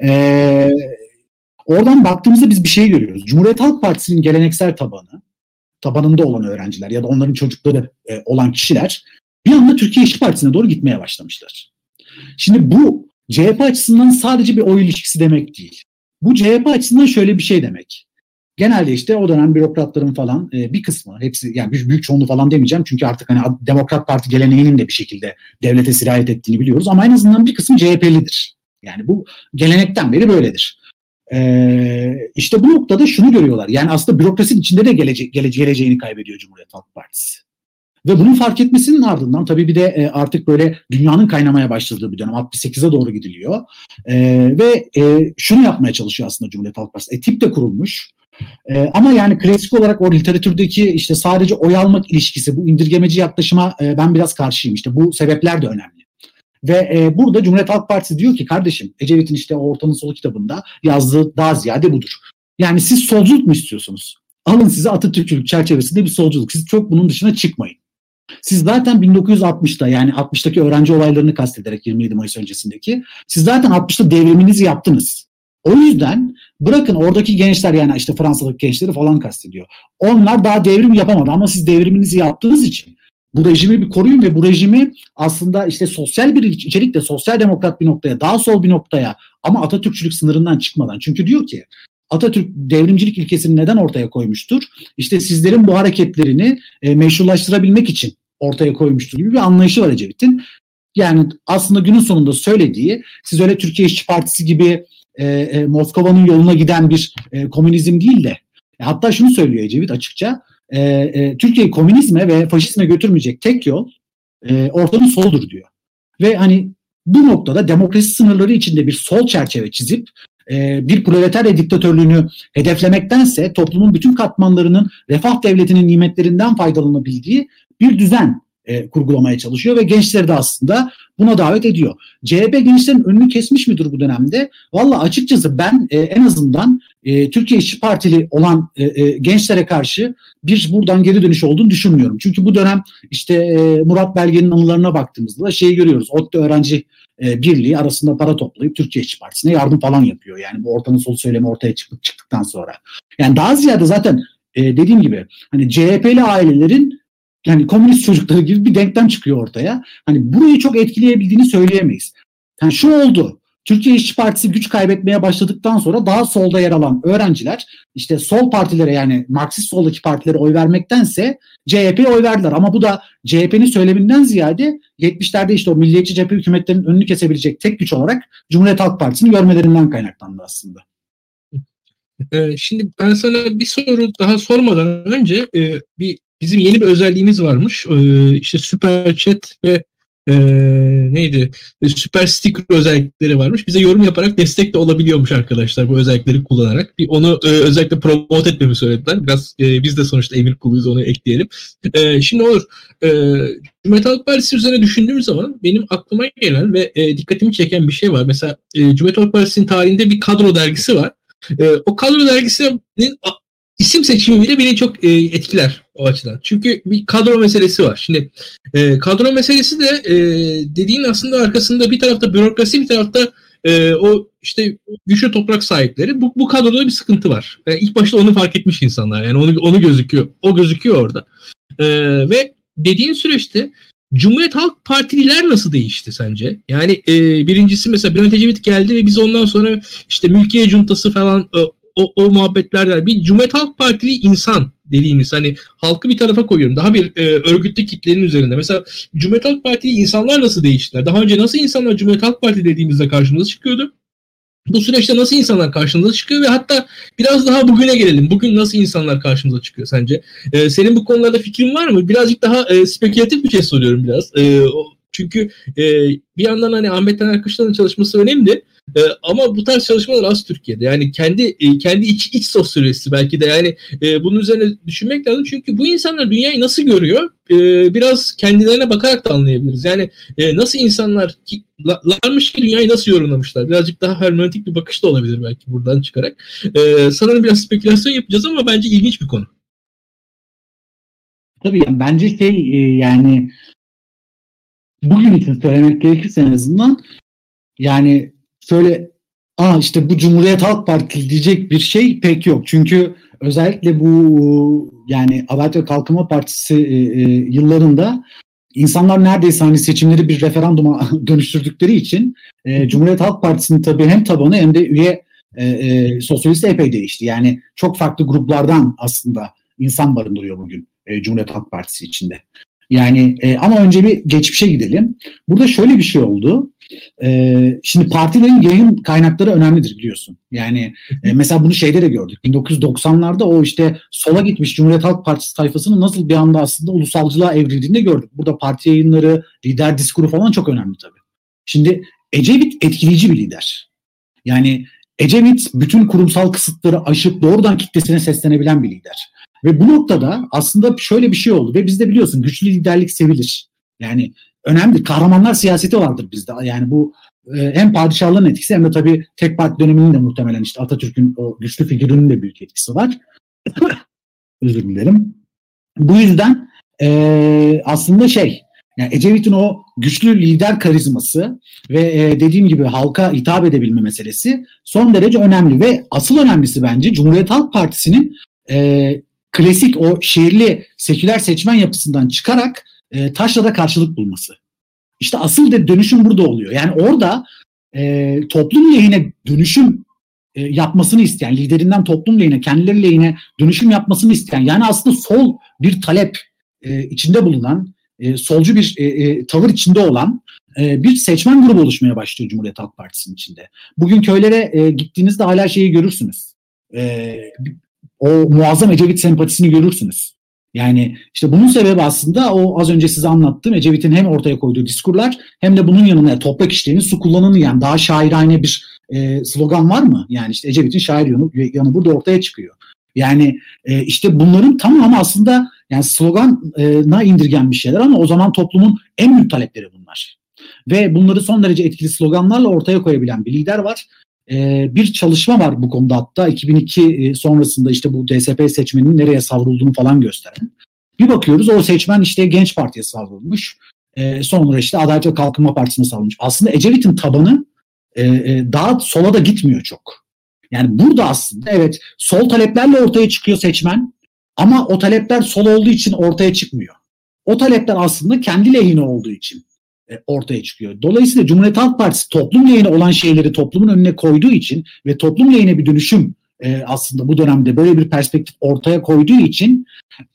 Oradan baktığımızda biz bir şey görüyoruz. Cumhuriyet Halk Partisi'nin geleneksel tabanında olan öğrenciler ya da onların çocukları olan kişiler bir anda Türkiye İşçi Partisi'ne doğru gitmeye başlamışlar. Şimdi bu CHP açısından sadece bir oy ilişkisi demek değil. Bu CHP açısından şöyle bir şey demek. Genelde işte o dönem bürokratların falan bir kısmı, hepsi yani büyük çoğunluğu falan demeyeceğim çünkü artık hani Demokrat Parti geleneğinin de bir şekilde devlete sirayet ettiğini biliyoruz ama en azından bir kısmı CHP'lidir. Yani bu gelenekten beri böyledir. İşte bu noktada şunu görüyorlar. Yani aslında bürokrasinin içinde de geleceğini kaybediyor Cumhuriyet Halk Partisi. Ve bunu fark etmesinin ardından tabii bir de artık böyle dünyanın kaynamaya başladığı bir dönem 68'e doğru gidiliyor. Ve şunu yapmaya çalışıyor aslında Cumhuriyet Halk Partisi. Tip de kurulmuş. Ama yani klasik olarak o literatürdeki işte sadece oy almak ilişkisi, bu indirgemeci yaklaşıma ben biraz karşıyım. İşte bu sebepler de önemli. Ve burada Cumhuriyet Halk Partisi diyor ki kardeşim Ecevit'in işte Ortanın Solu kitabında yazdığı daha ziyade budur. Yani siz solculuk mu istiyorsunuz? Alın size Atatürkçülük çerçevesinde bir solculuk. Siz çok bunun dışına çıkmayın. Siz zaten 1960'ta yani 60'taki öğrenci olaylarını kastederek 27 Mayıs öncesindeki siz zaten 60'ta devriminizi yaptınız. O yüzden bırakın oradaki gençler yani işte Fransa'daki gençleri falan kastediyor. Onlar daha devrim yapamadı ama siz devriminizi yaptığınız için bu rejimi bir koruyun ve bu rejimi aslında işte sosyal bir içerikle sosyal demokrat bir noktaya, daha sol bir noktaya ama Atatürkçülük sınırından çıkmadan. Çünkü diyor ki Atatürk devrimcilik ilkesini neden ortaya koymuştur? İşte sizlerin bu hareketlerini meşrulaştırabilmek için ortaya koymuştur gibi bir anlayışı var Ecevit'in. Yani aslında günün sonunda söylediği siz öyle Türkiye İşçi Partisi gibi Moskova'nın yoluna giden bir komünizm değil de hatta şunu söylüyor Ecevit açıkça Türkiye'yi komünizme ve faşizme götürmeyecek tek yol ortanın soludur diyor. Ve hani bu noktada demokrasi sınırları içinde bir sol çerçeve çizip bir proletarya diktatörlüğünü hedeflemektense toplumun bütün katmanlarının refah devletinin nimetlerinden faydalanabildiği bir düzen kurgulamaya çalışıyor ve gençleri de aslında buna davet ediyor. CHP gençlerin önünü kesmiş midir bu dönemde? Valla açıkçası ben en azından Türkiye İşçi Partili olan gençlere karşı bir buradan geri dönüş olduğunu düşünmüyorum. Çünkü bu dönem işte Murat Belge'nin anılarına baktığımızda şeyi görüyoruz. ODTÜ öğrenci birliği arasında para toplayıp Türkiye İşçi Partisi'ne yardım falan yapıyor. Yani bu ortanın sol söylemi ortaya çıktıktan sonra. Yani daha ziyade zaten dediğim gibi hani CHP'li ailelerin yani komünist çocukları gibi bir denklem çıkıyor ortaya. Hani burayı çok etkileyebildiğini söyleyemeyiz. Yani şu oldu. Türkiye İşçi Partisi güç kaybetmeye başladıktan sonra daha solda yer alan öğrenciler işte sol partilere yani Marksist soldaki partilere oy vermektense CHP'ye oy verdiler. Ama bu da CHP'nin söyleminden ziyade 70'lerde işte o milliyetçi cephe hükümetlerinin önünü kesebilecek tek güç olarak Cumhuriyet Halk Partisi'ni görmelerinden kaynaklandı aslında. Şimdi ben sana bir soru daha sormadan önce bizim yeni bir özelliğimiz varmış. İşte Süper Chat ve neydi? Süper Sticker özellikleri varmış. Bize yorum yaparak destek de olabiliyormuş arkadaşlar bu özellikleri kullanarak. Onu özellikle promote etmemi söylediler. Biraz biz de sonuçta emir kuluyuz, onu ekleyelim. Şimdi olur. Cumhuriyet Halk Partisi üzerine düşündüğüm zaman benim aklıma gelen ve dikkatimi çeken bir şey var. Mesela Cumhuriyet Halk Partisi'nin tarihinde bir kadro dergisi var. O kadro dergisinin isim seçimi bile beni çok etkiler o açıdan. Çünkü bir kadro meselesi var. Şimdi kadro meselesi de dediğin aslında arkasında bir tarafta bürokrasi, bir tarafta o işte güçlü toprak sahipleri. Bu kadroda bir sıkıntı var. İlk başta onu fark etmiş insanlar. Yani onu gözüküyor. O gözüküyor orada. Ve dediğin süreçte Cumhuriyet Halk Partililer nasıl değişti sence? Yani birincisi mesela Bülent Ecevit geldi ve biz ondan sonra işte mülkiye cuntası falan o muhabbetlerden bir Cumhuriyet Halk Partili insan dediğimiz hani halkı bir tarafa koyuyorum. Daha bir örgütlü kitlenin üzerinde. Mesela Cumhuriyet Halk Parti'yi insanlar nasıl değiştiler? Daha önce nasıl insanlar Cumhuriyet Halk Parti dediğimizde karşımıza çıkıyordu? Bu süreçte nasıl insanlar karşımıza çıkıyor ve hatta biraz daha bugüne gelelim. Bugün nasıl insanlar karşımıza çıkıyor sence? Senin bu konularda fikrin var mı? Birazcık daha spekülatif bir şey soruyorum biraz. Çünkü bir yandan hani Ahmet Taner Kışlan'ın çalışması önemli. Ama bu tarz çalışmalar az Türkiye'de. Yani kendi iç sosyolojisi belki de yani bunun üzerine düşünmek lazım. Çünkü bu insanlar dünyayı nasıl görüyor? Biraz kendilerine bakarak da anlayabiliriz. Yani nasıl insanlar larmış ki dünyayı nasıl yorumlamışlar? Birazcık daha hermeneutik bir bakış da olabilir belki buradan çıkarak. Sanırım biraz spekülasyon yapacağız ama bence ilginç bir konu. Tabii yani bence yani bugün için söylemek gerekirse en azından yani şöyle işte bu Cumhuriyet Halk Partisi diyecek bir şey pek yok. Çünkü özellikle bu yani Adalet ve Kalkınma Partisi yıllarında insanlar neredeyse hani seçimleri bir referanduma dönüştürdükleri için Cumhuriyet Halk Partisi'nin tabii hem tabanı hem de üye sosyalisti epey değişti. Yani çok farklı gruplardan aslında insan barındırıyor bugün Cumhuriyet Halk Partisi içinde. Yani ama önce bir geçmişe gidelim. Burada şöyle bir şey oldu. Şimdi partilerin yayın kaynakları önemlidir biliyorsun. Yani mesela bunu şeyde de gördük. 1990'larda o işte sola gitmiş Cumhuriyet Halk Partisi tayfasının nasıl bir anda aslında ulusalcılığa evrildiğini de gördük. Burada parti yayınları, lider diskuru falan çok önemli tabii. Şimdi Ecevit etkileyici bir lider. Yani Ecevit bütün kurumsal kısıtları aşıp doğrudan kitlesine seslenebilen bir lider. Ve bu noktada aslında şöyle bir şey oldu ve bizde biliyorsun güçlü liderlik sevilir. Yani önemli kahramanlar siyaseti vardır bizde. Yani bu hem padişahlığın etkisi hem de tabii tek parti döneminin de muhtemelen işte Atatürk'ün o güçlü figürünün de büyük etkisi var. Özür dilerim. Bu yüzden aslında yani Ecevit'in o güçlü lider karizması ve dediğim gibi halka hitap edebilme meselesi son derece önemli ve asıl önemlisi bence Cumhuriyet Halk Partisi'nin klasik o şehirli seküler seçmen yapısından çıkarak taşrada karşılık bulması. İşte asıl dönüşüm burada oluyor. Yani orada toplum lehine dönüşüm yapmasını isteyen, liderinden toplum lehine, kendileri lehine dönüşüm yapmasını isteyen, yani aslında sol bir talep içinde bulunan, solcu bir tavır içinde olan bir seçmen grubu oluşmaya başlıyor Cumhuriyet Halk Partisi'nin içinde. Bugün köylere gittiğinizde hala şeyi görürsünüz. O muazzam Ecevit sempatisini görürsünüz. Yani işte bunun sebebi aslında o az önce size anlattığım Ecevit'in hem ortaya koyduğu diskurlar hem de bunun yanına toprak işlerini su kullananı yani daha şairane bir slogan var mı? Yani işte Ecevit'in şair yanı burada ortaya çıkıyor. Yani işte bunların tamamı aslında yani slogana indirgenmiş şeyler ama o zaman toplumun en büyük talepleri bunlar. Ve bunları son derece etkili sloganlarla ortaya koyabilen bir lider var. Bir çalışma var bu konuda hatta 2002 sonrasında işte bu DSP seçmeninin nereye savrulduğunu falan gösteren. Bir bakıyoruz o seçmen işte Genç Parti'ye savrulmuş. Sonra işte Adalet ve Kalkınma Partisi'ne savrulmuş. Aslında Ecevit'in tabanı daha sola da gitmiyor çok. Yani burada aslında evet sol taleplerle ortaya çıkıyor seçmen ama o talepler sol olduğu için ortaya çıkmıyor. O talepler aslında kendi lehine olduğu için ortaya çıkıyor. Dolayısıyla Cumhuriyet Halk Partisi toplum lehine olan şeyleri toplumun önüne koyduğu için ve toplum lehine bir dönüşüm aslında bu dönemde böyle bir perspektif ortaya koyduğu için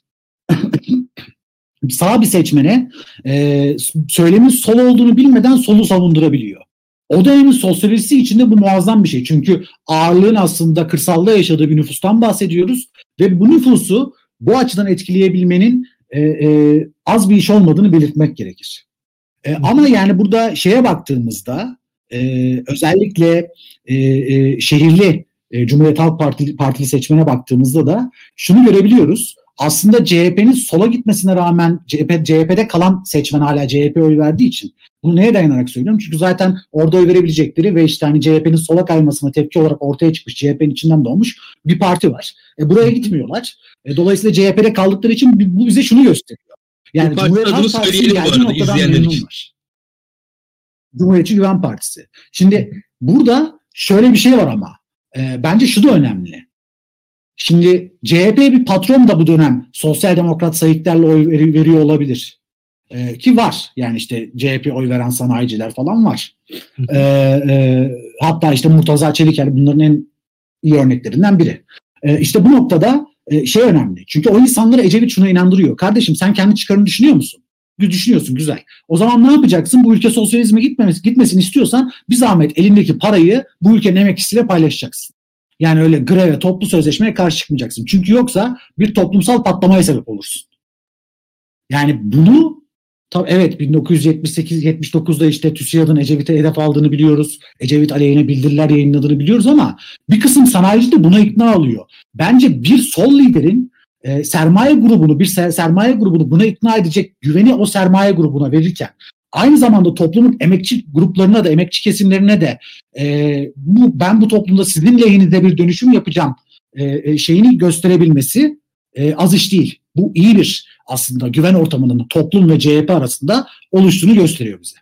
sağ bir seçmene söylemin sol olduğunu bilmeden solu savundurabiliyor. O dönemin sosyolojisi içinde bu muazzam bir şey. Çünkü ağırlığın aslında kırsalda yaşadığı bir nüfustan bahsediyoruz ve bu nüfusu bu açıdan etkileyebilmenin az bir iş olmadığını belirtmek gerekir. Ama yani burada şeye baktığımızda özellikle şehirli Cumhuriyet Halk Partili seçmene baktığımızda da şunu görebiliyoruz. Aslında CHP'nin sola gitmesine rağmen CHP'de kalan seçmen hala CHP'ye oy verdiği için bunu neye dayanarak söylüyorum? Çünkü zaten orada oy verebilecekleri ve işte hani CHP'nin sola kaymasına tepki olarak ortaya çıkmış CHP'nin içinden doğmuş bir parti var. Buraya gitmiyorlar. Dolayısıyla CHP'de kaldıkları için bu bize şunu gösteriyor. Yani Cumhuriyet Halk Partisi'nin geldiği noktadan memnunlar. Cumhuriyetçi Güven Partisi. Şimdi burada şöyle bir şey var ama bence şu da önemli. Şimdi CHP bir patron da bu dönem sosyal demokrat sayıklarla oy veriyor olabilir. Ki var. Yani işte CHP oy veren sanayiciler falan var. Hatta işte Murtaza Çeliker bunların en iyi örneklerinden biri. İşte bu noktada şey önemli. Çünkü o insanları Ecevit şuna inandırıyor. Kardeşim sen kendi çıkarını düşünüyor musun? Düşünüyorsun, güzel. O zaman ne yapacaksın? Bu ülke sosyalizme gitmesini istiyorsan bir zahmet elindeki parayı bu ülkenin emekçisiyle paylaşacaksın. Yani öyle greve, toplu sözleşmeye karşı çıkmayacaksın. Çünkü yoksa bir toplumsal patlamaya sebep olursun. Yani bunu evet 1978-79'da işte TÜSİAD'ın Ecevit'e hedef aldığını biliyoruz. Ecevit aleyhine bildiriler yayınladığını biliyoruz ama bir kısım sanayici de buna ikna oluyor. Bence bir sol liderin sermaye grubunu buna ikna edecek güveni o sermaye grubuna verirken aynı zamanda toplumun emekçi gruplarına da emekçi kesimlerine de ben bu toplumda sizin lehinize bir dönüşüm yapacağım şeyini gösterebilmesi az iş değil. Bu iyi bir aslında güven ortamının toplum ve CHP arasında oluştuğunu gösteriyor bize.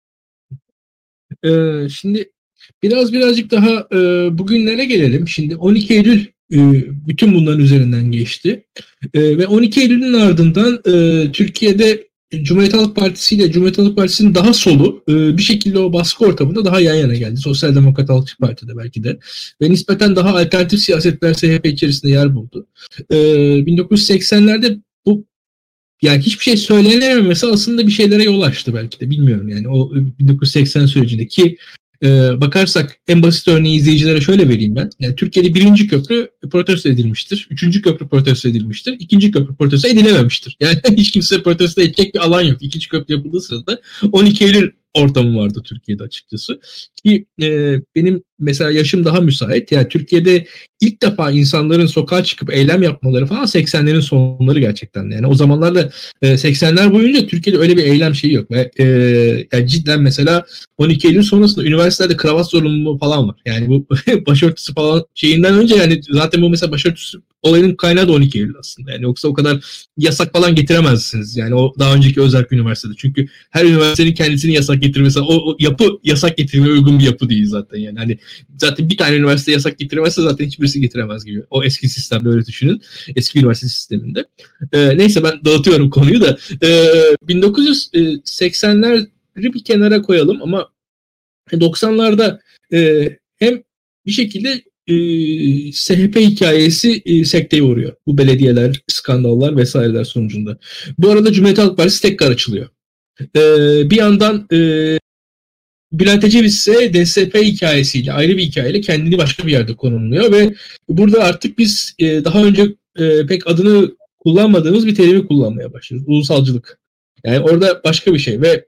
Şimdi birazcık daha bugünlere gelelim. Şimdi 12 Eylül bütün bunların üzerinden geçti. Ve 12 Eylül'ün ardından Türkiye'de Cumhuriyet Halk Partisi ile Cumhuriyet Halk Partisi'nin daha solu bir şekilde o baskı ortamında daha yan yana geldi. Sosyal Demokrat Halkçı Parti'de belki de. Ve nispeten daha alternatif siyasetler SHP içerisinde yer buldu. 1980'lerde bu yani hiçbir şey söylenememesi aslında bir şeylere yol açtı belki de, bilmiyorum yani o 1980 sürecinde ki bakarsak en basit örneği izleyicilere şöyle vereyim ben. Yani Türkiye'de birinci köprü protesto edilmiştir. Üçüncü köprü protesto edilmiştir. İkinci köprü protesto edilememiştir. Yani hiç kimse protesto edecek bir alan yok. İkinci köprü yapıldığı sırada 12 Eylül ortamı vardı Türkiye'de açıkçası. Ki benim mesela yaşım daha müsait. Yani Türkiye'de ilk defa insanların sokağa çıkıp eylem yapmaları falan 80'lerin sonları gerçekten. Yani o zamanlarda 80'ler boyunca Türkiye'de öyle bir eylem şeyi yok. Ve yani cidden mesela 12 Eylül sonrasında üniversitelerde kravat zorunluluğu falan var. Yani bu başörtüsü falan şeyinden önce yani zaten bu mesela başörtüsü olayının kaynağı da 12 Eylül aslında. Yani yoksa o kadar yasak falan getiremezsiniz. Yani o daha önceki özerk üniversitede. Çünkü her üniversitenin kendisini yasak getirmesi, o yapı yasak getirmeye uygun bir yapı değil zaten. Yani hani zaten bir tane üniversite yasak getiremezse zaten hiçbirisi getiremez gibi. O eski sistemde öyle düşünün. Eski üniversite sisteminde. Neyse ben dağıtıyorum konuyu da. 1980'leri bir kenara koyalım ama 90'larda hem bir şekilde SHP hikayesi sekteye uğruyor. Bu belediyeler, skandallar vesaireler sonucunda. Bu arada Cumhuriyet Halk Partisi tekrar açılıyor. Bir yandan Bülent Ecevit ise DSP hikayesiyle, ayrı bir hikayeyle kendini başka bir yerde konumluyor ve burada artık biz daha önce pek adını kullanmadığımız bir terimi kullanmaya başlıyoruz. Ulusalcılık. Yani orada başka bir şey ve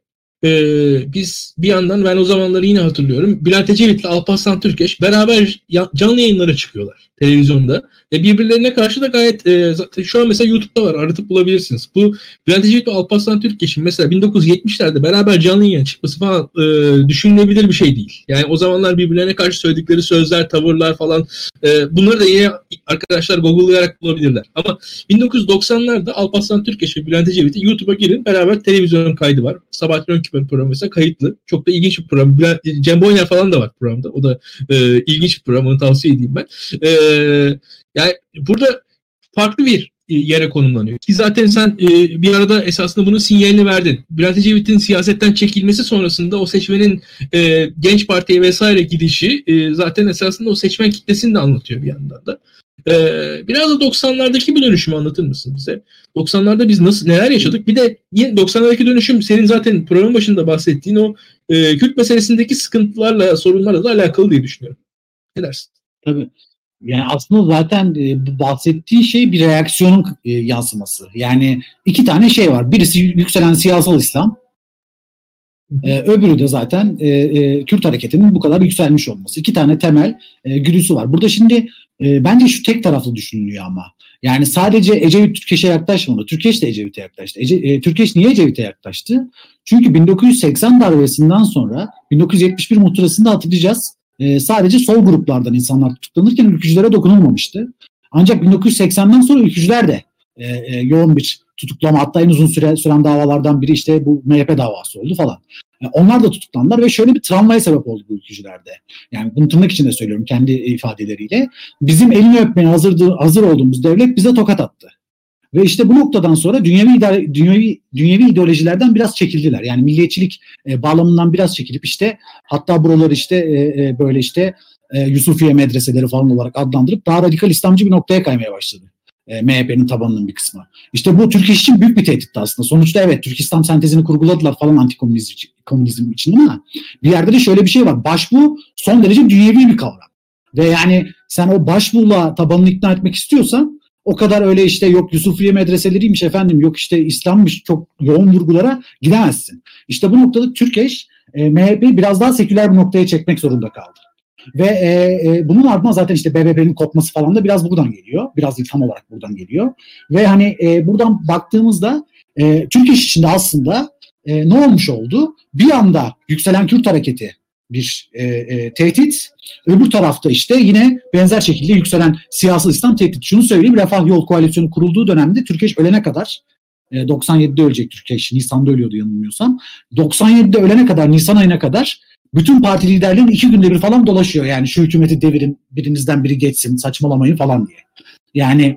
biz bir yandan ben o zamanları yine hatırlıyorum. Bülent Ecevit ile Alparslan Türkeş beraber canlı yayınlara çıkıyorlar televizyonda. Ve birbirlerine karşı da gayet zaten şu an mesela YouTube'da var, aratıp bulabilirsiniz. Bu Bülent Ecevit ve Alparslan Türkeş'in mesela 1970'lerde beraber canlı yayına çıkması falan düşünülebilir bir şey değil. Yani o zamanlar birbirlerine karşı söyledikleri sözler, tavırlar falan bunları da yine arkadaşlar Google'layarak bulabilirler. Ama 1990'larda Alparslan Türkeş ve Bülent Ecevit'in YouTube'a girin, beraber televizyon kaydı var. Sabahattin Önküper programı mesela kayıtlı. Çok da ilginç bir program. Cem Boyner falan da var programda. O da ilginç bir program. Onu tavsiye edeyim ben. Yani burada farklı bir yere konumlanıyor. Ki zaten sen bir arada esasında bunun sinyalini verdin. Bülent Ecevit'in siyasetten çekilmesi sonrasında o seçmenin Genç Parti'ye vesaire gidişi zaten esasında o seçmen kitlesini de anlatıyor bir yandan da. Biraz da 90'lardaki bir dönüşümü anlatır mısın bize? 90'larda biz neler yaşadık? Bir de yine 90'lardaki dönüşüm senin zaten programın başında bahsettiğin o Kürt meselesindeki sıkıntılarla, sorunlarla da alakalı diye düşünüyorum. Ne dersin? Tabii. Yani aslında zaten bahsettiği şey bir reaksiyonun yansıması. Yani iki tane şey var. Birisi yükselen siyasal İslam. Öbürü de zaten Kürt hareketinin bu kadar yükselmiş olması. İki tane temel güdüsü var. Burada şimdi bence şu tek taraflı düşünülüyor ama. Yani sadece Ecevit Türkeş'e yaklaşmadı. Türkeş de Ecevit'e yaklaştı. Türkeş niye Ecevit'e yaklaştı? Çünkü 1980 darbesinden sonra 1971 muhtırasında hatırlayacağız. Sadece sol gruplardan insanlar tutuklanırken ülkücülere dokunulmamıştı. Ancak 1980'den sonra ülkücüler de yoğun bir tutuklama, hatta en uzun süren davalardan biri işte bu MHP davası oldu falan. Onlar da tutuklandılar ve şöyle bir travmaya sebep oldu bu ülkücülerde. Yani bunu tırnak içinde söylüyorum kendi ifadeleriyle. Bizim elini öpmeye hazır olduğumuz devlet bize tokat attı. Ve işte bu noktadan sonra dünyevi ideolojilerden biraz çekildiler. Yani milliyetçilik bağlamından biraz çekilip işte hatta buraları işte böyle işte Yusufiye medreseleri falan olarak adlandırıp daha radikal İslamcı bir noktaya kaymaya başladı. MHP'nin tabanının bir kısmı. İşte bu Türkiye için büyük bir tehditti aslında. Sonuçta evet Türk İslam sentezini kurguladılar falan antikomünizm için ama bir yerde de şöyle bir şey var. Başbuğ son derece dünyevi bir kavram. Ve yani sen o başbuğla tabanını ikna etmek istiyorsan o kadar öyle işte yok Yusufiye medreseleriymiş efendim, yok işte İslam'mış, çok yoğun vurgulara gidemezsin. İşte bu noktada Türkeş MHP'yi biraz daha seküler bir noktaya çekmek zorunda kaldı. Ve bunun ardından zaten işte BBP'nin kopması falan da biraz buradan geliyor. Biraz değil, tam olarak buradan geliyor. Ve hani buradan baktığımızda Türkeş içinde aslında ne olmuş oldu? Bir anda yükselen Kürt hareketi bir tehdit. Öbür tarafta işte yine benzer şekilde yükselen siyasal İslam tehdit. Şunu söyleyeyim, Refah Yol Koalisyonu kurulduğu dönemde Türkeş ölene kadar 97'de ölecek Türkeş. Nisan'da ölüyordu yanılmıyorsam. 97'de ölene kadar, Nisan ayına kadar bütün parti liderlerin 2 günde bir falan dolaşıyor. Yani şu hükümeti devirin, birinizden biri geçsin, saçmalamayın falan diye. Yani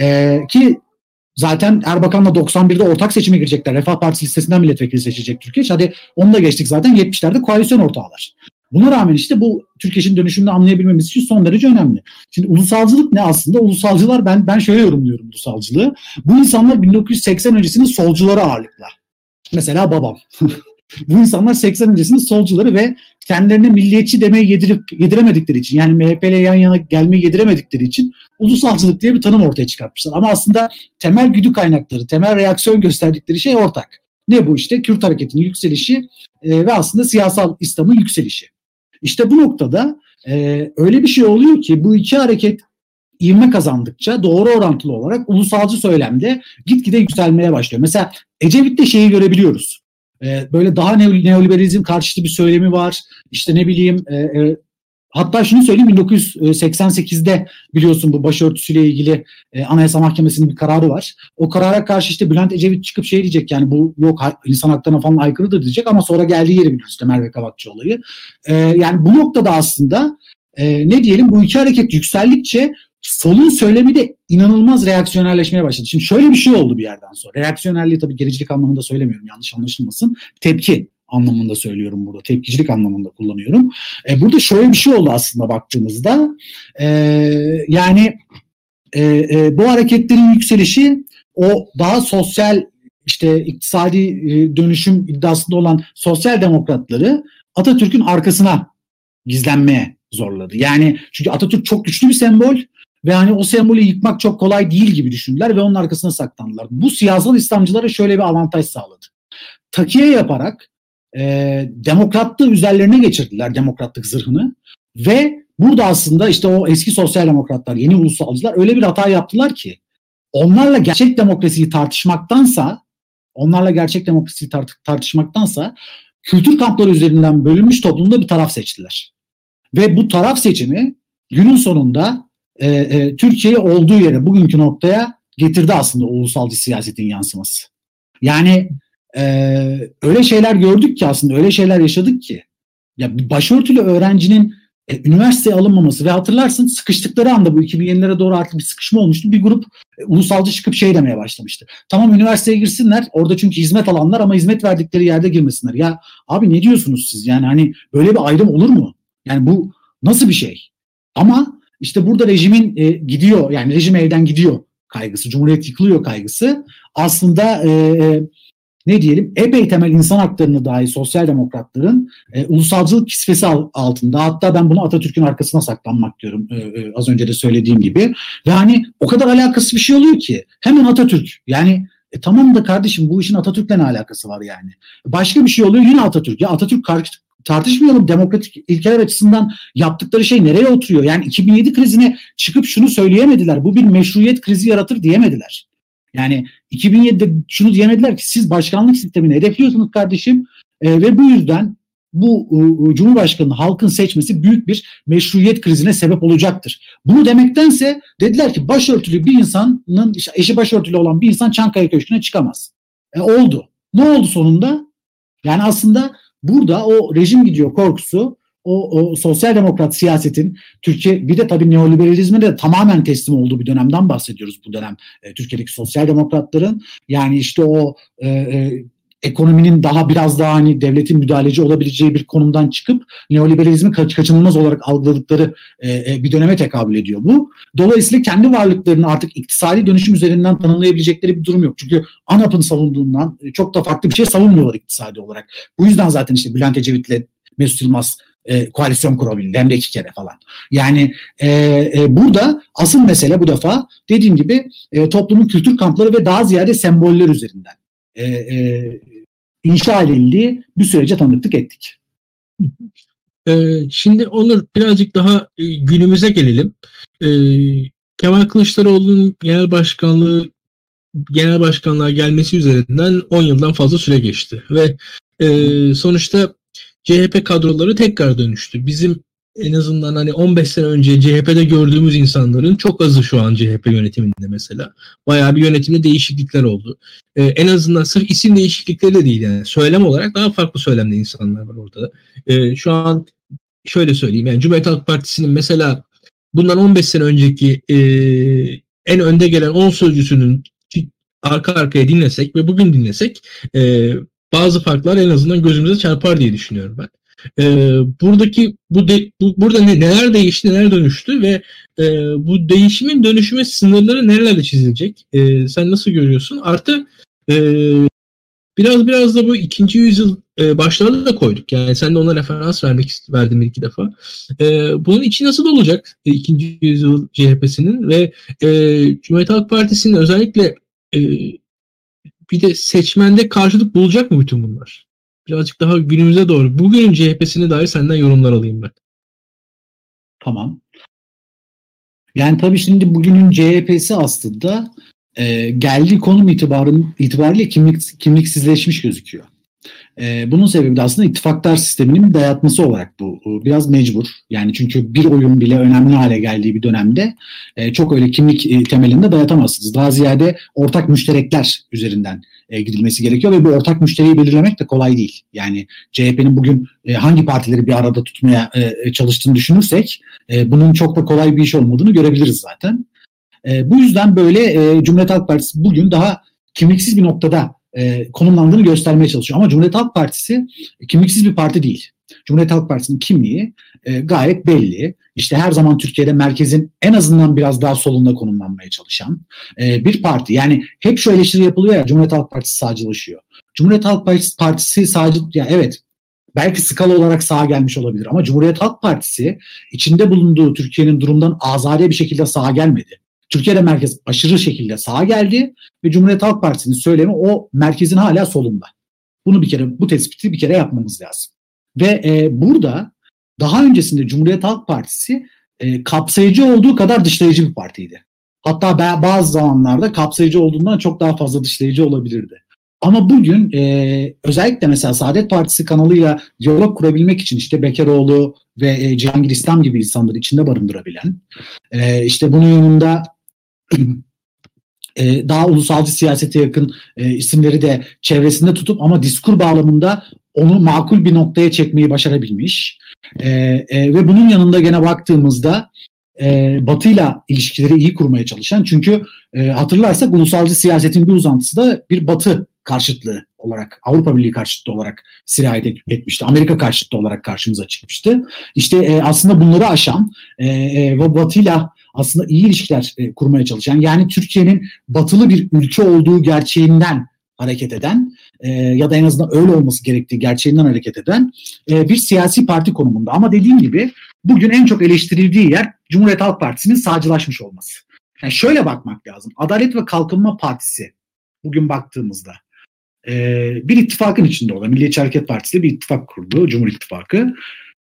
ki zaten Erbakan'la 91'de ortak seçime girecekler. Refah Partisi listesinden milletvekili seçecek Türkeş. Hadi onu da geçtik zaten, 70'lerde koalisyon ortağılar. Buna rağmen işte bu Türkeş'in dönüşümünü anlayabilmemiz için son derece önemli. Şimdi ulusalcılık ne aslında? Ulusalcılar, ben şöyle yorumluyorum ulusalcılığı. Bu insanlar 1980 öncesinin solcuları ağırlıkla. Mesela babam. Bu insanlar 80 öncesinin solcuları ve kendilerine milliyetçi demeyi yediremedikleri için, yani MHP ile yan yana gelmeyi yediremedikleri için ulusalcılık diye bir tanım ortaya çıkartmışlar. Ama aslında temel güdü kaynakları, temel reaksiyon gösterdikleri şey ortak. Ne bu işte? Kürt hareketinin yükselişi ve aslında siyasal İslam'ın yükselişi. İşte bu noktada öyle bir şey oluyor ki bu iki hareket ivme kazandıkça doğru orantılı olarak ulusalcı söylemde gitgide yükselmeye başlıyor. Mesela Ecevit'te şeyi görebiliyoruz. Böyle daha neoliberalizm karşıtı bir söylemi var. İşte ne bileyim hatta şunu söyleyeyim, 1988'de biliyorsun bu başörtüsüyle ilgili Anayasa Mahkemesi'nin bir kararı var. O karara karşı işte Bülent Ecevit çıkıp şey diyecek, yani bu yok insan haklarına falan aykırıdır diyecek ama sonra geldiği yeri biliyoruz işte Merve Kavakçı olayı. Yani bu noktada aslında ne diyelim, bu iki hareket yükseldikçe solun söylemi de inanılmaz reaksiyonelleşmeye başladı. Şimdi şöyle bir şey oldu bir yerden sonra. Reaksiyonelliği tabii gericilik anlamında söylemiyorum, yanlış anlaşılmasın. Tepki anlamında söylüyorum burada. Tepkicilik anlamında kullanıyorum. Burada şöyle bir şey oldu aslında baktığımızda. Yani bu hareketlerin yükselişi o daha sosyal işte iktisadi dönüşüm iddiasında olan sosyal demokratları Atatürk'ün arkasına gizlenmeye zorladı. Yani çünkü Atatürk çok güçlü bir sembol ve hani o sembolü yıkmak çok kolay değil gibi düşündüler ve onun arkasına saklandılar. Bu siyasal İslamcılara şöyle bir avantaj sağladı. Takiye yaparak demokratlığı üzerlerine geçirdiler, demokratlık zırhını, ve burada aslında işte o eski sosyal demokratlar, yeni ulusalcılar öyle bir hata yaptılar ki onlarla gerçek demokrasiyi tartışmaktansa kültür kampları üzerinden bölünmüş toplumda bir taraf seçtiler. Ve bu taraf seçimi günün sonunda Türkiye'yi olduğu yere, bugünkü noktaya getirdi aslında ulusalcı siyasetin yansıması. Yani öyle şeyler gördük ki, aslında öyle şeyler yaşadık ki, ya bir başörtülü öğrencinin üniversiteye alınmaması ve hatırlarsın sıkıştıkları anda, bu 2007'lere doğru artık bir sıkışma olmuştu. Bir grup ulusalcı çıkıp şey demeye başlamıştı. Tamam, üniversiteye girsinler orada çünkü hizmet alanlar, ama hizmet verdikleri yerde girmesinler. Ya abi ne diyorsunuz siz? Yani hani böyle bir ayrım olur mu? Yani bu nasıl bir şey? Ama işte burada rejimin gidiyor, yani rejim elden gidiyor kaygısı, cumhuriyet yıkılıyor kaygısı aslında ne diyelim, epey temel insan haklarını dahi sosyal demokratların ulusalcılık kisvesi altında, hatta ben bunu Atatürk'ün arkasına saklanmak diyorum az önce de söylediğim gibi, ve hani o kadar alakası bir şey oluyor ki hemen Atatürk, yani tamam da kardeşim bu işin Atatürk'le ne alakası var yani? Başka bir şey oluyor, yine Atatürk. Ya Atatürk tartışmayalım, demokratik ilkeler açısından yaptıkları şey nereye oturuyor? Yani 2007 krizine çıkıp şunu söyleyemediler, bu bir meşruiyet krizi yaratır diyemediler. Yani 2007'de şunu diyemediler ki siz başkanlık sistemini hedefliyorsunuz kardeşim ve bu yüzden bu Cumhurbaşkanı'nı halkın seçmesi büyük bir meşruiyet krizine sebep olacaktır. Bunu demektense dediler ki başörtülü bir insanın, eşi başörtülü olan bir insan Çankaya Köşkü'ne çıkamaz. Oldu. Ne oldu sonunda? Yani aslında burada o rejim gidiyor korkusu, o sosyal demokrat siyasetin Türkiye, bir de tabii neoliberalizme de tamamen teslim olduğu bir dönemden bahsediyoruz bu dönem. Türkiye'deki sosyal demokratların, yani işte o ekonominin biraz daha hani devletin müdahaleci olabileceği bir konumdan çıkıp neoliberalizmi kaçınılmaz olarak algıladıkları bir döneme tekabül ediyor bu. Dolayısıyla kendi varlıklarını artık iktisadi dönüşüm üzerinden tanımlayabilecekleri bir durum yok. Çünkü ANAP'ın savunduğundan çok da farklı bir şey savunmuyorlar iktisadi olarak. Bu yüzden zaten işte Bülent Ecevit'le Mesut Yılmaz koalisyon kurabildi. Hem de 2 kere falan. Yani burada asıl mesele bu defa dediğim gibi toplumun kültür kampları ve daha ziyade semboller üzerinden inşa edildiği bir sürece tanıklık ettik. Şimdi Onur birazcık daha günümüze gelelim. Kemal Kılıçdaroğlu'nun genel başkanlığa gelmesi üzerinden 10 yıldan fazla süre geçti ve sonuçta CHP kadroları tekrar dönüştü. Bizim en azından hani 15 sene önce CHP'de gördüğümüz insanların çok azı şu an CHP yönetiminde mesela. Bayağı bir yönetimde değişiklikler oldu. En azından sırf isim değişiklikleri de değil yani. Söylem olarak daha farklı söylemde insanlar var ortada. Şu an şöyle söyleyeyim yani Cumhuriyet Halk Partisi'nin mesela bundan 15 sene önceki en önde gelen 10 sözcüsünün arka arkaya dinlesek ve bugün dinlesek bazı farklar en azından gözümüze çarpar diye düşünüyorum ben. Burada neler değişti, neler dönüştü ve bu değişimin dönüşüme sınırları nerelerle çizilecek? Sen nasıl görüyorsun? Artı biraz da bu 2. yüzyıl başlarına da koyduk. Yani sen de ona referans verdin bir iki defa. Bunun içi nasıl olacak 2. yüzyıl CHP'sinin ve Cumhuriyet Halk Partisi'nin özellikle bir de seçmende karşılık bulacak mı bütün bunlar? Birazcık daha günümüze doğru. Bugünün CHP'sine dair senden yorumlar alayım ben. Tamam. Yani tabii şimdi bugünün CHP'si aslında geldiği konum itibariyle kimliksizleşmiş gözüküyor. Bunun sebebi de aslında ittifaklar sisteminin dayatması olarak bu. Biraz mecbur. Yani çünkü bir oyun bile önemli hale geldiği bir dönemde çok öyle kimlik temelinde dayatamazsınız. Daha ziyade ortak müşterekler üzerinden gidilmesi gerekiyor ve bu ortak müşteriyi belirlemek de kolay değil. Yani CHP'nin bugün hangi partileri bir arada tutmaya çalıştığını düşünürsek bunun çok da kolay bir iş olmadığını görebiliriz zaten. Bu yüzden böyle Cumhuriyet Halk Partisi bugün daha kimliksiz bir noktada konumlandığını göstermeye çalışıyor. Ama Cumhuriyet Halk Partisi kimliksiz bir parti değil. Cumhuriyet Halk Partisi'nin kimliği gayet belli. İşte her zaman Türkiye'de merkezin en azından biraz daha solunda konumlanmaya çalışan bir parti. Yani hep şu eleştiri yapılıyor ya, Cumhuriyet Halk Partisi sağcılaşıyor. Cumhuriyet Halk Partisi sağcı, ya evet, belki skala olarak sağa gelmiş olabilir ama Cumhuriyet Halk Partisi içinde bulunduğu Türkiye'nin durumdan azade bir şekilde sağa gelmedi. Türkiye'de merkez aşırı şekilde sağa geldi ve Cumhuriyet Halk Partisi'nin söylemi o merkezin hala solunda. Bu tespiti bir kere yapmamız lazım. Ve burada daha öncesinde Cumhuriyet Halk Partisi kapsayıcı olduğu kadar dışlayıcı bir partiydi. Hatta bazı zamanlarda kapsayıcı olduğundan çok daha fazla dışlayıcı olabilirdi. Ama bugün özellikle mesela Saadet Partisi kanalıyla diyalog kurabilmek için işte Bekaroğlu ve Cihangir İslam gibi insanları içinde barındırabilen, işte bunun yanında daha ulusalcı siyasete yakın isimleri de çevresinde tutup ama diskur bağlamında onu makul bir noktaya çekmeyi başarabilmiş. Ve bunun yanında gene baktığımızda Batı'yla ilişkileri iyi kurmaya çalışan, çünkü hatırlarsak ulusalcı siyasetin bir uzantısı da bir Batı karşıtlığı olarak, Avrupa Birliği karşıtlığı olarak sirayet etmişti. Amerika karşıtlığı olarak karşımıza çıkmıştı. İşte aslında bunları aşan ve Batı'yla aslında iyi ilişkiler kurmaya çalışan, yani Türkiye'nin batılı bir ülke olduğu gerçeğinden hareket eden ya da en azından öyle olması gerektiği gerçeğinden hareket eden bir siyasi parti konumunda. Ama dediğim gibi bugün en çok eleştirildiği yer Cumhuriyet Halk Partisi'nin sağcılaşmış olması. Yani şöyle bakmak lazım. Adalet ve Kalkınma Partisi bugün baktığımızda bir ittifakın içinde olan Milliyetçi Hareket Partisi bir ittifak kurdu, Cumhur İttifakı.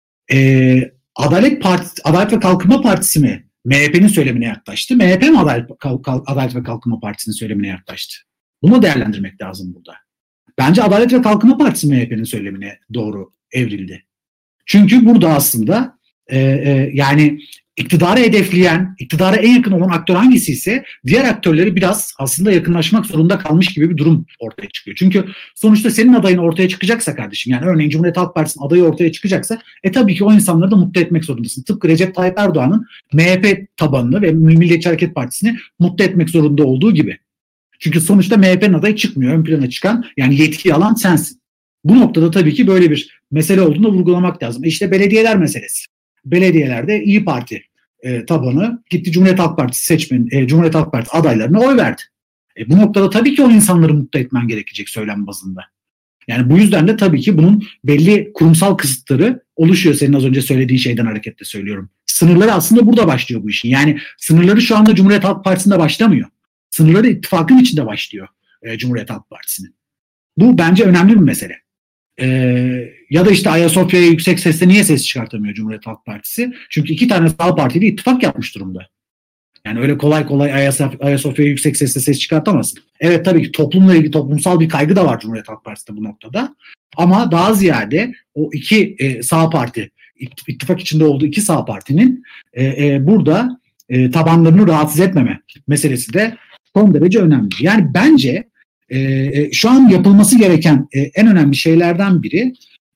Adalet ve Kalkınma Partisi mi MHP'nin söylemine yaklaştı? MHP mi Adalet ve Kalkınma Partisi'nin söylemine yaklaştı? Bunu değerlendirmek lazım burada. Bence Adalet ve Kalkınma Partisi MHP'nin söylemine doğru evrildi. Çünkü burada aslında yani iktidarı hedefleyen, iktidara en yakın olan aktör hangisi ise diğer aktörleri biraz aslında yakınlaşmak zorunda kalmış gibi bir durum ortaya çıkıyor. Çünkü sonuçta senin adayın ortaya çıkacaksa kardeşim, yani örneğin Cumhuriyet Halk Partisi'nin adayı ortaya çıkacaksa tabii ki o insanları da mutlu etmek zorundasın. Tıpkı Recep Tayyip Erdoğan'ın MHP tabanını ve Milliyetçi Hareket Partisi'ni mutlu etmek zorunda olduğu gibi. Çünkü sonuçta MHP'nin adayı çıkmıyor. Ön plana çıkan, yani yetkiyi alan sensin. Bu noktada tabii ki böyle bir mesele olduğunu vurgulamak lazım. İşte belediyeler meselesi. Belediyelerde İYİ Parti tabanı gitti Cumhuriyet Halk Partisi Cumhuriyet Halk Partisi adaylarına oy verdi. Bu noktada tabii ki o insanları mutlu etmen gerekecek söylem bazında. Yani bu yüzden de tabii ki bunun belli kurumsal kısıtları oluşuyor. Senin az önce söylediğin şeyden hareketle söylüyorum. Sınırları aslında burada başlıyor bu işin. Yani sınırları şu anda Cumhuriyet Halk Partisi'nde başlamıyor. Sınırları ittifakın içinde başlıyor Cumhuriyet Halk Partisi'nin. Bu bence önemli bir mesele. Ya da işte Ayasofya'ya yüksek sesle niye ses çıkartamıyor Cumhuriyet Halk Partisi? Çünkü 2 tane sağ partiyle ittifak yapmış durumda. Yani öyle kolay kolay Ayasofya'ya yüksek sesle ses çıkartamazsın. Evet, tabii ki toplumla ilgili toplumsal bir kaygı da var Cumhuriyet Halk Partisi'nde bu noktada. Ama daha ziyade o 2 sağ parti, ittifak içinde olduğu 2 sağ partinin burada tabanlarını rahatsız etmeme meselesi de son derece önemli. Yani bence şu an yapılması gereken en önemli şeylerden biri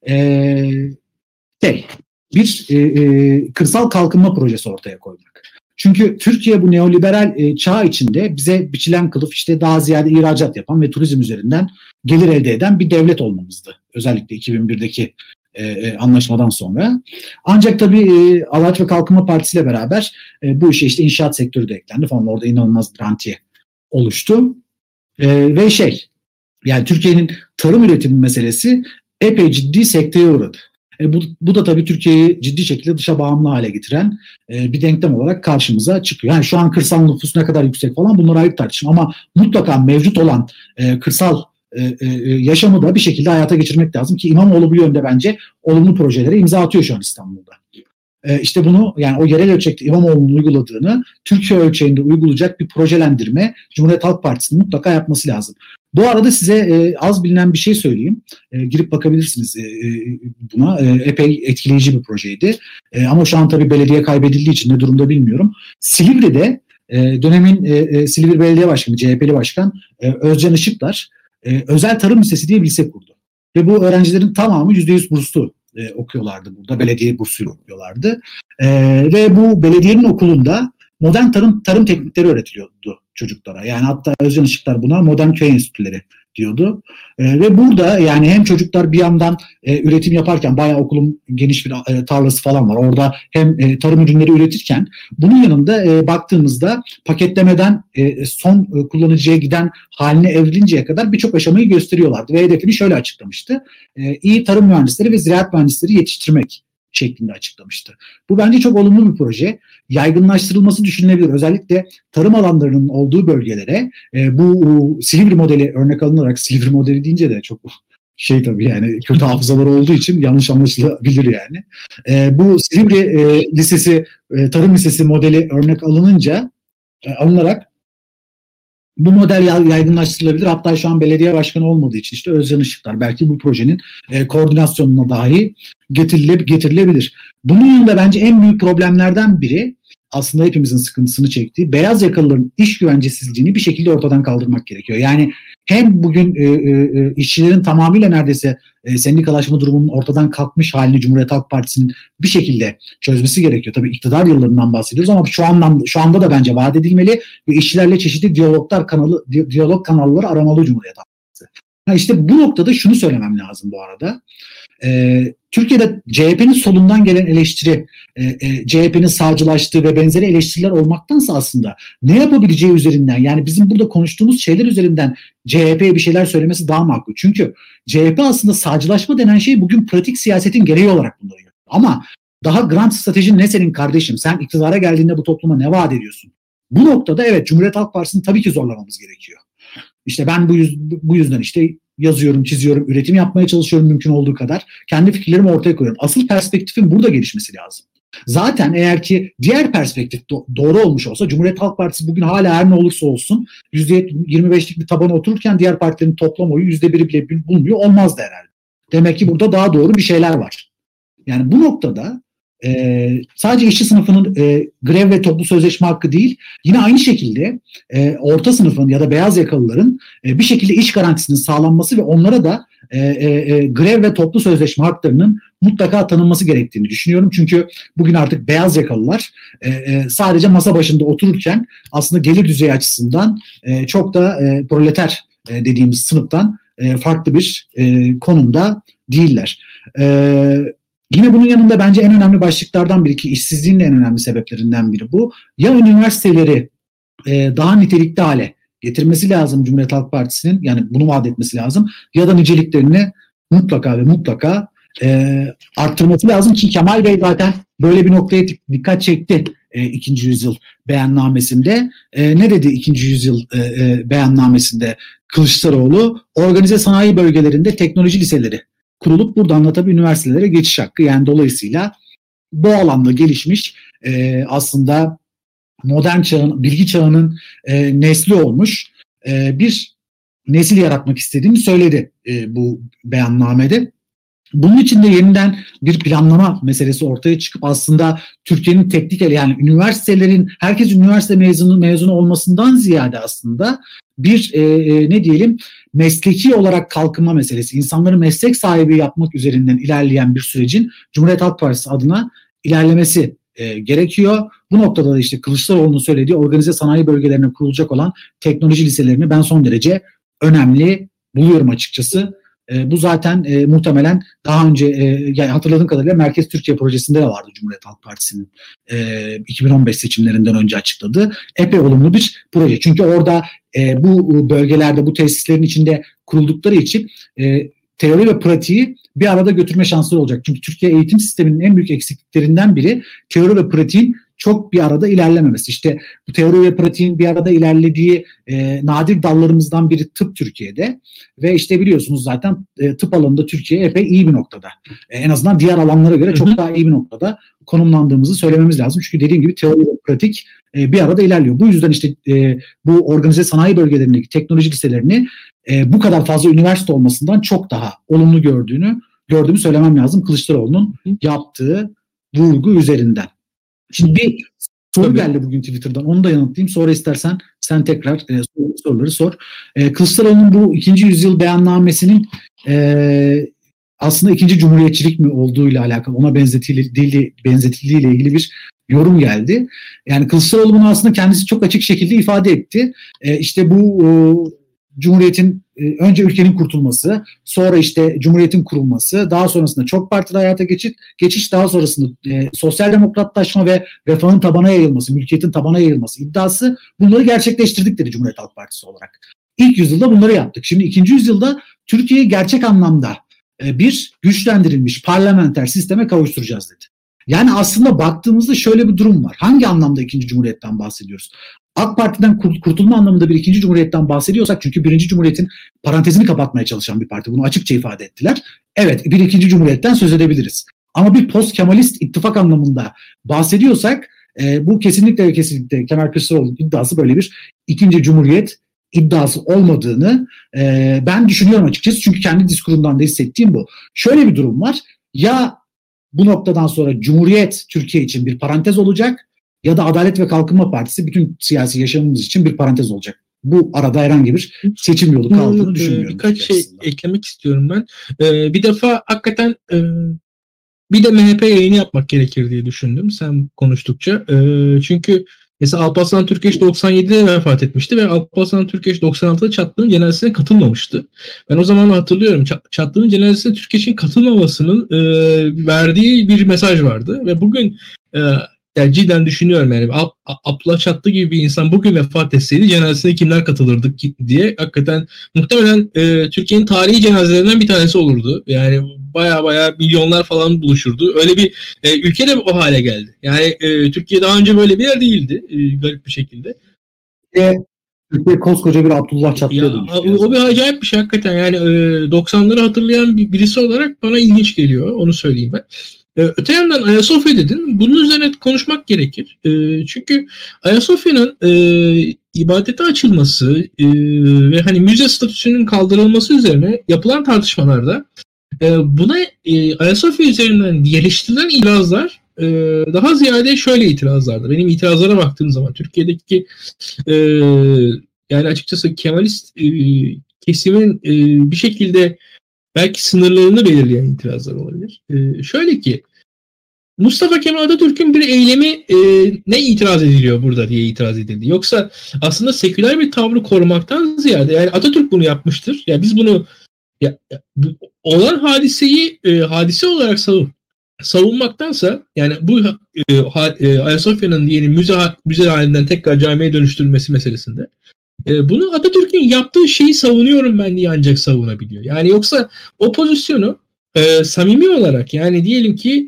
bir kırsal kalkınma projesi ortaya koymak. Çünkü Türkiye bu neoliberal çağ içinde bize biçilen kılıf işte daha ziyade ihracat yapan ve turizm üzerinden gelir elde eden bir devlet olmamızdı. Özellikle 2001'deki anlaşmadan sonra. Ancak tabii Adalet ve Kalkınma Partisi ile beraber bu işe işte inşaat sektörü de eklendi falan. Orada inanılmaz bir rantiye oluştu. Ve yani Türkiye'nin tarım üretimi meselesi epey ciddi sekteye uğradı. Bu da tabii Türkiye'yi ciddi şekilde dışa bağımlı hale getiren bir denklem olarak karşımıza çıkıyor. Yani şu an kırsal nüfus ne kadar yüksek falan, bunlar ayrı tartışma, ama mutlaka mevcut olan kırsal yaşamı da bir şekilde hayata geçirmek lazım ki İmamoğlu bu yönde bence olumlu projelere imza atıyor şu an İstanbul'da. İşte bunu, yani o yerel ölçekte İmamoğlu'nun uyguladığını Türkiye ölçeğinde uygulayacak bir projelendirme Cumhuriyet Halk Partisi'nin mutlaka yapması lazım. Bu arada size az bilinen bir şey söyleyeyim. Girip bakabilirsiniz buna. Epey etkileyici bir projeydi. Ama şu an tabii belediye kaybedildiği için ne durumda bilmiyorum. Silivri'de dönemin Silivri Belediye Başkanı, CHP'li başkan Özcan Işıklar özel tarım lisesi diye bir lise kurdu. Ve bu öğrencilerin tamamı %100 burslu okuyorlardı burada. Belediye bursuyla okuyorlardı. Ve bu belediyenin okulunda modern tarım teknikleri öğretiliyordu çocuklara. Yani hatta Özcan Işıklar buna modern köy enstitüleri diyordu. Ve burada yani hem çocuklar bir yandan üretim yaparken, bayağı okulun geniş bir tarlası falan var. Orada hem tarım ürünleri üretirken bunun yanında baktığımızda paketlemeden son kullanıcıya giden haline evrilinceye kadar birçok aşamayı gösteriyorlardı. Ve hedefini şöyle açıklamıştı. İyi tarım mühendisleri ve ziraat mühendisleri yetiştirmek şeklinde açıklamıştı. Bu bence çok olumlu bir proje. Yaygınlaştırılması düşünülebilir. Özellikle tarım alanlarının olduğu bölgelere bu Silivri modeli örnek alınarak, Silivri modeli deyince de çok tabii yani kötü hafızaları olduğu için yanlış anlaşılabilir yani. Bu Silivri Lisesi, Tarım Lisesi modeli örnek alınarak bu model yaygınlaştırılabilir. Hatta şu an belediye başkanı olmadığı için işte Özcan Işıklar belki bu projenin koordinasyonuna dahi getirilebilir. Bunun yanında bence en büyük problemlerden biri, aslında hepimizin sıkıntısını çektiği, beyaz yakalıların iş güvencesizliğini bir şekilde ortadan kaldırmak gerekiyor. Yani hem bugün işçilerin tamamıyla neredeyse sendikalaşma durumunun ortadan kalkmış halini Cumhuriyet Halk Partisi'nin bir şekilde çözmesi gerekiyor. Tabii iktidar yıllarından bahsediyoruz ama şu anda da bence vaat edilmeli ve işçilerle çeşitli diyalog kanalları aramalı Cumhuriyet Halk Partisi. İşte bu noktada şunu söylemem lazım bu arada. Türkiye'de CHP'nin solundan gelen eleştiri, CHP'nin sağcılaştığı ve benzeri eleştiriler olmaktansa aslında ne yapabileceği üzerinden, yani bizim burada konuştuğumuz şeyler üzerinden CHP'ye bir şeyler söylemesi daha makul. Çünkü CHP aslında sağcılaşma denen şey bugün pratik siyasetin gereği olarak kullanıyor. Ama daha grand stratejin ne senin kardeşim? Sen iktidara geldiğinde bu topluma ne vaat ediyorsun? Bu noktada evet, Cumhuriyet Halk Partisi'ni tabii ki zorlamamız gerekiyor. İşte ben bu yüzden işte yazıyorum, çiziyorum, üretim yapmaya çalışıyorum mümkün olduğu kadar. Kendi fikirlerimi ortaya koyuyorum. Asıl perspektifin burada gelişmesi lazım. Zaten eğer ki diğer perspektif doğru olmuş olsa, Cumhuriyet Halk Partisi bugün hala her ne olursa olsun %25'lik bir tabana otururken diğer partilerin toplam oyu %1'i bile bulmuyor olmazdı herhalde. Demek ki burada daha doğru bir şeyler var. Yani bu noktada sadece işçi sınıfının grev ve toplu sözleşme hakkı değil, yine aynı şekilde orta sınıfın ya da beyaz yakalıların bir şekilde iş garantisinin sağlanması ve onlara da grev ve toplu sözleşme haklarının mutlaka tanınması gerektiğini düşünüyorum. Çünkü bugün artık beyaz yakalılar sadece masa başında otururken aslında gelir düzeyi açısından çok da proleter dediğimiz sınıftan farklı bir konumda değiller. Yine bunun yanında bence en önemli başlıklardan biri, ki işsizliğin de en önemli sebeplerinden biri bu. Ya üniversiteleri daha nitelikli hale getirmesi lazım Cumhuriyet Halk Partisi'nin, yani bunu vaat etmesi lazım, ya da niceliklerini mutlaka ve mutlaka arttırması lazım ki Kemal Bey zaten böyle bir noktaya dikkat çekti 2. yüzyıl beyannamesinde. Ne dedi 2. yüzyıl beyannamesinde Kılıçdaroğlu? Organize sanayi bölgelerinde teknoloji liseleri kurulup buradan da tabii üniversitelere geçiş hakkı, yani dolayısıyla bu alanda gelişmiş aslında modern çağın, bilgi çağının nesli olmuş bir nesil yaratmak istediğini söyledi bu beyannamede. Bunun için de yeniden bir planlama meselesi ortaya çıkıp aslında Türkiye'nin teknik, yani üniversitelerin, herkes üniversite mezunu olmasından ziyade aslında bir ne diyelim, mesleki olarak kalkınma meselesi, insanları meslek sahibi yapmak üzerinden ilerleyen bir sürecin Cumhuriyet Halk Partisi adına ilerlemesi gerekiyor. Bu noktada da işte Kılıçdaroğlu'nun söylediği organize sanayi bölgelerine kurulacak olan teknoloji liselerini ben son derece önemli buluyorum açıkçası. Bu zaten muhtemelen daha önce yani hatırladığım kadarıyla Merkez Türkiye projesinde de vardı Cumhuriyet Halk Partisi'nin 2015 seçimlerinden önce açıkladığı epey olumlu bir proje. Çünkü orada bu bölgelerde, bu tesislerin içinde kuruldukları için teori ve pratiği bir arada götürme şansları olacak. Çünkü Türkiye eğitim sisteminin en büyük eksikliklerinden biri teori ve pratiğin çok bir arada ilerlememesi. İşte bu teori ve pratiğin bir arada ilerlediği nadir dallarımızdan biri tıp Türkiye'de ve işte biliyorsunuz zaten tıp alanında Türkiye epey iyi bir noktada. En azından diğer alanlara göre çok daha iyi bir noktada konumlandığımızı söylememiz lazım. Çünkü dediğim gibi teori ve pratik bir arada ilerliyor. Bu yüzden işte bu organize sanayi bölgelerindeki teknoloji liselerini bu kadar fazla üniversite olmasından çok daha olumlu gördüğümü söylemem lazım Kılıçdaroğlu'nun yaptığı vurgu üzerinden. Şimdi bir soru geldi bugün Twitter'dan. Onu da yanıtlayayım. Sonra istersen sen tekrar soruları sor. Kılıçdaroğlu'nun bu 2. yüzyıl beyannamesinin aslında 2. cumhuriyetçilik mi olduğuyla alakalı, ona benzetildiğiyle ilgili bir yorum geldi. Yani Kılıçdaroğlu bunu aslında kendisi çok açık şekilde ifade etti. İşte bu Cumhuriyet'in önce ülkenin kurtulması, sonra işte Cumhuriyet'in kurulması, daha sonrasında çok partili hayata geçiş, daha sonrasında sosyal demokratlaşma ve refahın tabana yayılması, mülkiyetin tabana yayılması iddiası, bunları gerçekleştirdik dedi Cumhuriyet Halk Partisi olarak. İlk yüzyılda bunları yaptık. Şimdi 2. yüzyılda Türkiye'yi gerçek anlamda bir güçlendirilmiş parlamenter sisteme kavuşturacağız dedi. Yani aslında baktığımızda şöyle bir durum var. Hangi anlamda 2. Cumhuriyet'ten bahsediyoruz? AK Parti'den kurtulma anlamında bir 2. Cumhuriyet'ten bahsediyorsak, çünkü 1. Cumhuriyet'in parantezini kapatmaya çalışan bir parti, bunu açıkça ifade ettiler. Evet, bir 2. Cumhuriyet'ten söz edebiliriz. Ama bir post-Kemalist ittifak anlamında bahsediyorsak bu kesinlikle ve kesinlikle Kemal Kılıçdaroğlu'nun iddiası böyle bir 2. Cumhuriyet iddiası olmadığını ben düşünüyorum açıkçası. Çünkü kendi diskurundan da hissettiğim bu. Şöyle bir durum var. Ya bu noktadan sonra Cumhuriyet Türkiye için bir parantez olacak, ya da Adalet ve Kalkınma Partisi bütün siyasi yaşamımız için bir parantez olacak. Bu arada herhangi bir seçim yolu kaldığını düşünmüyorum. Birkaç şey eklemek istiyorum ben. Bir defa hakikaten bir de MHP yayını yapmak gerekir diye düşündüm sen konuştukça. Çünkü mesela Alparslan Türkeş 97'de vefat etmişti ve Alparslan Türkeş 96'da Çatlı'nın cenazesine katılmamıştı. Ben o zaman hatırlıyorum, Çatlı'nın cenazesine Türkeş'in katılmamasının verdiği bir mesaj vardı ve bugün yani cidden düşünüyorum, yani Abdullah Çatlı gibi bir insan bugün vefat etseydi cenazesine kimler katılırdı diye, hakikaten muhtemelen Türkiye'nin tarihi cenazelerinden bir tanesi olurdu. Yani baya milyonlar falan buluşurdu. Öyle bir ülke de o hale geldi. Yani Türkiye daha önce böyle bir yer değildi garip bir şekilde. Türkiye koskoca bir Abdullah Çatlı'ya dönüştü. O bir acayip bir şey hakikaten. Yani 90'ları hatırlayan birisi olarak bana ilginç geliyor. Onu söyleyeyim ben. Öte yandan Ayasofya dedin. Bunun üzerine konuşmak gerekir. Çünkü Ayasofya'nın ibadete açılması ve hani müze statüsünün kaldırılması üzerine yapılan tartışmalarda buna Ayasofya üzerinden geliştirilen itirazlar daha ziyade şöyle itirazlardı. Benim itirazlara baktığım zaman Türkiye'deki yani açıkçası Kemalist kesimin bir şekilde belki sınırlarını belirleyen itirazlar olabilir. Şöyle ki Mustafa Kemal Atatürk'ün bir eylemi ne itiraz ediliyor burada diye itiraz edildi. Yoksa aslında seküler bir tavrı korumaktan ziyade yani Atatürk bunu yapmıştır. Ya biz bunu olan hadiseyi hadise olarak savunmaktansa yani bu Ayasofya'nın yeni müze halinden tekrar camiye dönüştürülmesi meselesinde bunu Atatürk'ün yaptığı şeyi savunuyorum ben diye ancak savunabiliyor. Yani yoksa o pozisyonu samimi olarak yani diyelim ki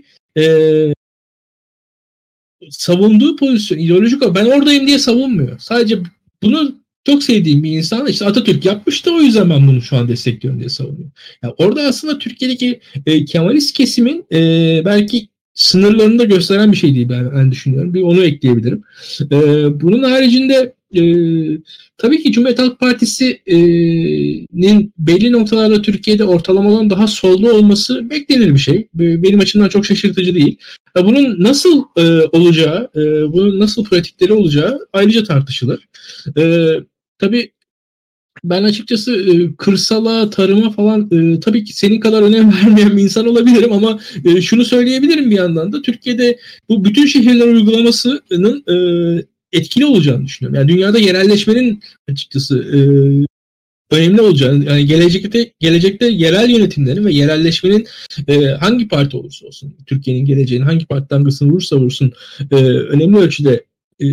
savunduğu pozisyon ideolojik olarak ben oradayım diye savunmuyor. Sadece bunu çok sevdiğim bir insan işte Atatürk yapmıştı o yüzden ben bunu şu an destekliyorum diye savunuyor. Yani orada aslında Türkiye'deki Kemalist kesimin belki sınırlarını da gösteren bir şey değil ben düşünüyorum. Bir onu ekleyebilirim. Bunun haricinde tabii ki Cumhuriyet Halk Partisi'nin belli noktalarda Türkiye'de ortalamadan daha sollu olması beklenir bir şey. Benim açımdan çok şaşırtıcı değil. Bunun nasıl olacağı, bunun nasıl pratikleri olacağı ayrıca tartışılır. Tabii ben açıkçası kırsala, tarıma falan tabii ki senin kadar önem vermeyen bir insan olabilirim ama şunu söyleyebilirim bir yandan da Türkiye'de bu bütün şehirler uygulamasının etkili olacağını düşünüyorum. Yani dünyada yerelleşmenin açıkçası önemli olacağını, yani gelecekte yerel yönetimlerin ve yerelleşmenin hangi parti olursa olsun, Türkiye'nin geleceğinin hangi parti damgasını vurursa vursun önemli ölçüde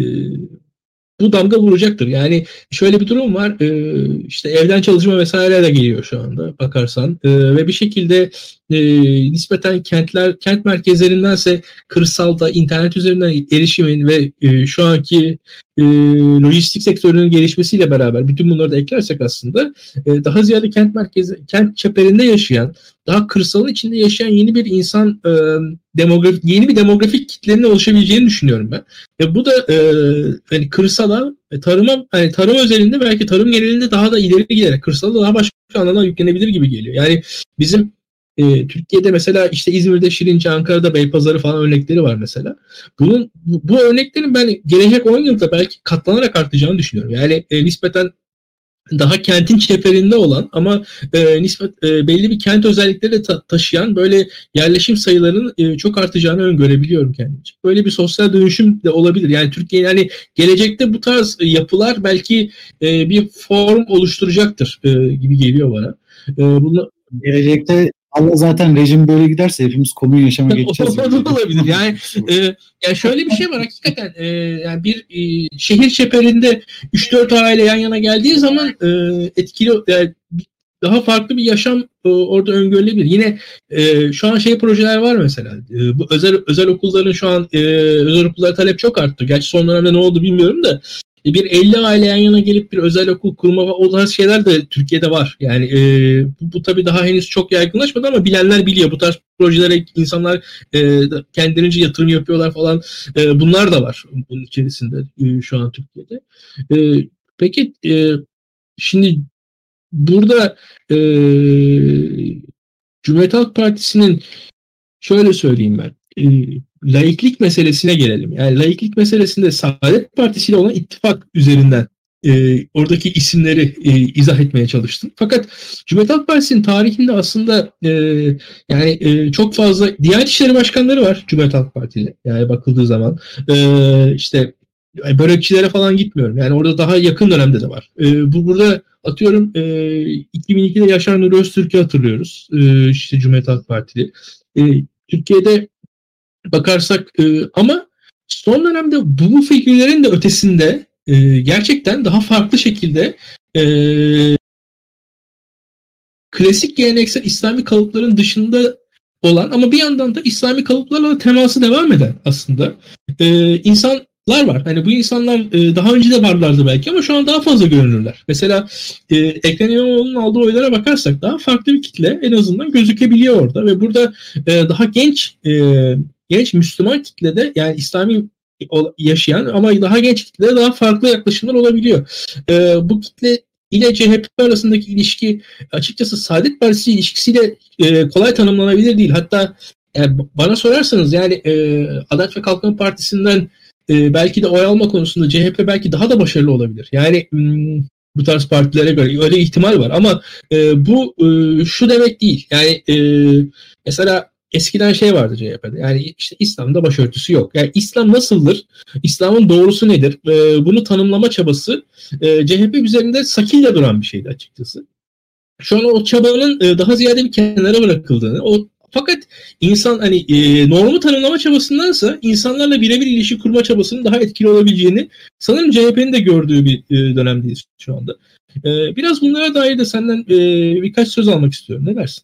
bu damga vuracaktır. Yani şöyle bir durum var. İşte evden çalışma vesaire de geliyor şu anda bakarsan. Ve bir şekilde nispeten kent merkezlerindense kırsalda internet üzerinden erişimin ve şu anki lojistik sektörünün gelişmesiyle beraber bütün bunları da eklersek aslında daha ziyade kent çeperinde yaşayan, daha kırsalın içinde yaşayan yeni bir insan yeni bir demografik kitlenin oluşabileceğini düşünüyorum ben. Bu da hani kırsala, tarıma, hani tarım özelinde belki tarım genelinde daha da ileri giderek kırsala daha başka anlamda yüklenebilir gibi geliyor. Yani bizim Türkiye'de mesela işte İzmir'de Şirince, Ankara'da Beypazarı falan örnekleri var mesela. Bu örneklerin ben gelecek 10 yılda belki katlanarak artacağını düşünüyorum. Yani nispeten daha kentin çeperinde olan ama belli bir kent özellikleri de taşıyan böyle yerleşim sayılarının çok artacağını öngörebiliyorum kendimce. Böyle bir sosyal dönüşüm de olabilir. Yani Türkiye yani gelecekte bu tarz yapılar belki bir form oluşturacaktır gibi geliyor bana. Gelecekte Allah zaten rejim böyle giderse hepimiz komün yaşama geçeceğiz. Olabilir. Yani şöyle bir şey var hakikaten. Yani bir şehir çeperinde 3-4 aile yan yana geldiği zaman etkili yani daha farklı bir yaşam orada öngörülebilir. Yine şu an projeler var mesela. Bu özel okulların şu an özel okullara talep çok arttı. Gerçi son dönemde ne oldu bilmiyorum da bir 50 aile yan yana gelip bir özel okul kurma o tarz şeyler de Türkiye'de var. Yani bu tabii daha henüz çok yaygınlaşmadı ama bilenler biliyor. Bu tarz projelere insanlar kendilerince yatırım yapıyorlar falan. Bunlar da var bunun içerisinde şu an Türkiye'de. Peki şimdi burada Cumhuriyet Halk Partisi'nin şöyle söyleyeyim ben. Laiklik meselesine gelelim. Yani laiklik meselesinde Saadet Partisi ile olan ittifak üzerinden oradaki isimleri izah etmeye çalıştım. Fakat Cumhuriyet Halk Partisi'nin tarihinde aslında yani çok fazla Diyanet İşleri Başkanları var Cumhuriyet Halk Partisi'yle. Yani bakıldığı zaman işte börekçilere falan gitmiyorum. Yani orada daha yakın dönemde de var. Burada atıyorum 2002'de Yaşar Nuri Öztürk'ü hatırlıyoruz. İşte Cumhuriyet Halk Partili. Türkiye'de bakarsak ama son dönemde bu figürlerin de ötesinde gerçekten daha farklı şekilde klasik geleneksel İslami kalıpların dışında olan ama bir yandan da İslami kalıplarla da teması devam eden aslında insanlar var. Hani bu insanlar daha önce de varlardı belki ama şu an daha fazla görünürler. Mesela Ekrem İmamoğlu'nun aldığı oylara bakarsak daha farklı bir kitle en azından gözükebiliyor orada ve burada daha genç Müslüman kitlede yani İslami yaşayan ama daha genç kitlede daha farklı yaklaşımlar olabiliyor. Bu kitle ile CHP arasındaki ilişki açıkçası Saadet Partisi ilişkisiyle kolay tanımlanabilir değil. Hatta yani bana sorarsanız yani Adalet ve Kalkınma Partisi'nden belki de oy alma konusunda CHP belki daha da başarılı olabilir. Yani Bu tarz partilere göre öyle ihtimal var ama bu şu demek değil. Yani mesela eskiden şey vardı CHP'de. Yani işte İslam'da başörtüsü yok. Yani İslam nasıldır? İslam'ın doğrusu nedir? Bunu tanımlama çabası CHP üzerinde sakille duran bir şeydi açıkçası. Şu an o çabanın daha ziyade bir kenara bırakıldığını, fakat insan hani normu tanımlama çabasındansa insanlarla birebir ilişki kurma çabasının daha etkili olabileceğini sanırım CHP'nin de gördüğü bir dönemdeyiz şu anda. Biraz bunlara dair de senden birkaç söz almak istiyorum. Ne dersin?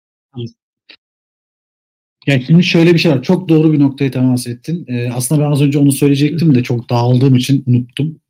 Yani şimdi şöyle bir şey var. Çok doğru bir noktaya temas ettin. Aslında ben az önce onu söyleyecektim de çok dağıldığım için unuttum.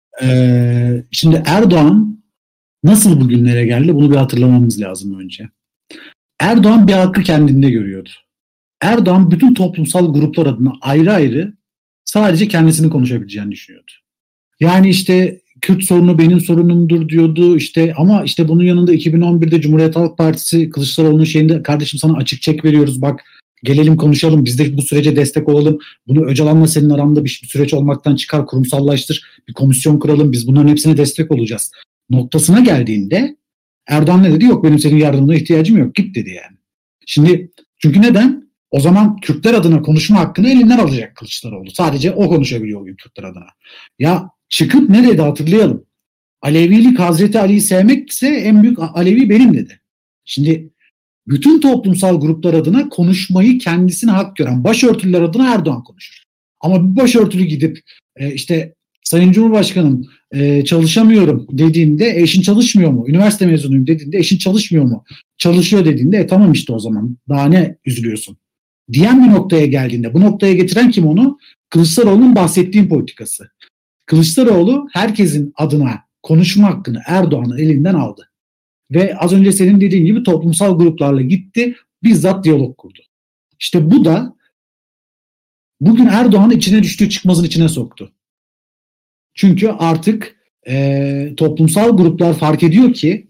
Şimdi Erdoğan nasıl bugünlere geldi? Bunu bir hatırlamamız lazım önce. Erdoğan bir hakkı kendinde görüyordu. Erdoğan bütün toplumsal gruplar adına ayrı ayrı sadece kendisini konuşabileceğini düşünüyordu. Yani işte Kürt sorunu benim sorunumdur diyordu işte, ama işte bunun yanında 2011'de Cumhuriyet Halk Partisi Kılıçdaroğlu'nun şeyinde kardeşim sana açık çek veriyoruz, bak gelelim konuşalım, biz de bu sürece destek olalım, bunu Öcalan'la senin aranda bir süreç olmaktan çıkar, kurumsallaştır, bir komisyon kuralım, biz bunların hepsine destek olacağız noktasına geldiğinde Erdoğan ne dedi? Yok, benim senin yardımına ihtiyacım yok, git dedi yani. Şimdi çünkü neden? O zaman Kürtler adına konuşma hakkını elinden alacak Kılıçdaroğlu. Sadece o konuşabiliyor o gün Kürtler adına. Ya çıkıp ne dedi hatırlayalım. Alevilik Hazreti Ali'yi sevmekse en büyük Alevi benim dedi. Şimdi bütün toplumsal gruplar adına konuşmayı kendisine hak gören başörtüler adına Erdoğan konuşur. Ama bir başörtülü gidip işte Sayın Cumhurbaşkanım çalışamıyorum dediğinde eşin çalışmıyor mu? Üniversite mezunuyum dediğinde eşin çalışmıyor mu? Çalışıyor dediğinde tamam işte o zaman daha ne üzülüyorsun? Diyen bir noktaya geldiğinde, bu noktaya getiren kim onu? Kılıçdaroğlu'nun bahsettiğim politikası. Kılıçdaroğlu herkesin adına konuşma hakkını Erdoğan'ın elinden aldı. Ve az önce senin dediğin gibi toplumsal gruplarla gitti, bizzat diyalog kurdu. İşte bu da bugün Erdoğan'ı içine düştüğü çıkmazın içine soktu. Çünkü artık toplumsal gruplar fark ediyor ki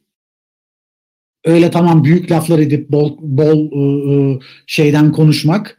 öyle tamam büyük laflar edip bol şeyden konuşmak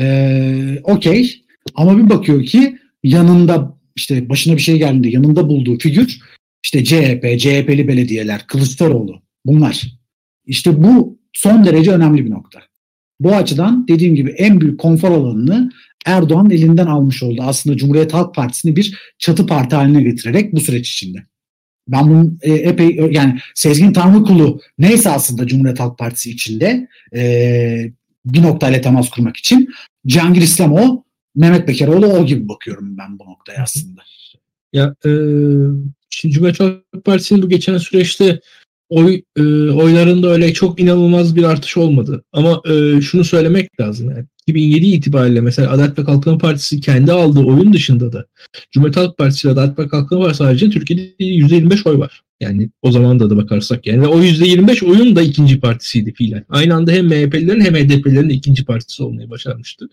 okey, ama bir bakıyor ki yanında işte başına bir şey geldiğinde yanında bulduğu figür işte CHP'li belediyeler, Kılıçdaroğlu, bunlar. İşte bu son derece önemli bir nokta. Bu açıdan dediğim gibi en büyük konfor alanını Erdoğan elinden almış oldu. Aslında Cumhuriyet Halk Partisi'ni bir çatı parti haline getirerek bu süreç içinde. Ben bunun epey yani Sezgin Tanrıkulu neyse aslında Cumhuriyet Halk Partisi içinde bir noktayla temas kurmak için Cihangir İslamoğlu, Mehmet Bekaroğlu o gibi bakıyorum ben bu noktaya aslında. Ya şimdi Cumhuriyet Halk Partisi'nin bu geçen süreçte oylarında öyle çok inanılmaz bir artış olmadı. Ama şunu söylemek lazım. Yani 2007 itibariyle mesela Adalet ve Kalkınma Partisi kendi aldığı oyun dışında da Cumhuriyet Halk Partisi ile Adalet ve Kalkınma Partisi sadece Türkiye'de %25 oy var. Yani o zaman da bakarsak yani. Ve o %25 oyun da ikinci partisiydi fiilen. Aynı anda hem MHP'lilerin hem HDP'lilerin de ikinci partisi olmayı başarmıştı.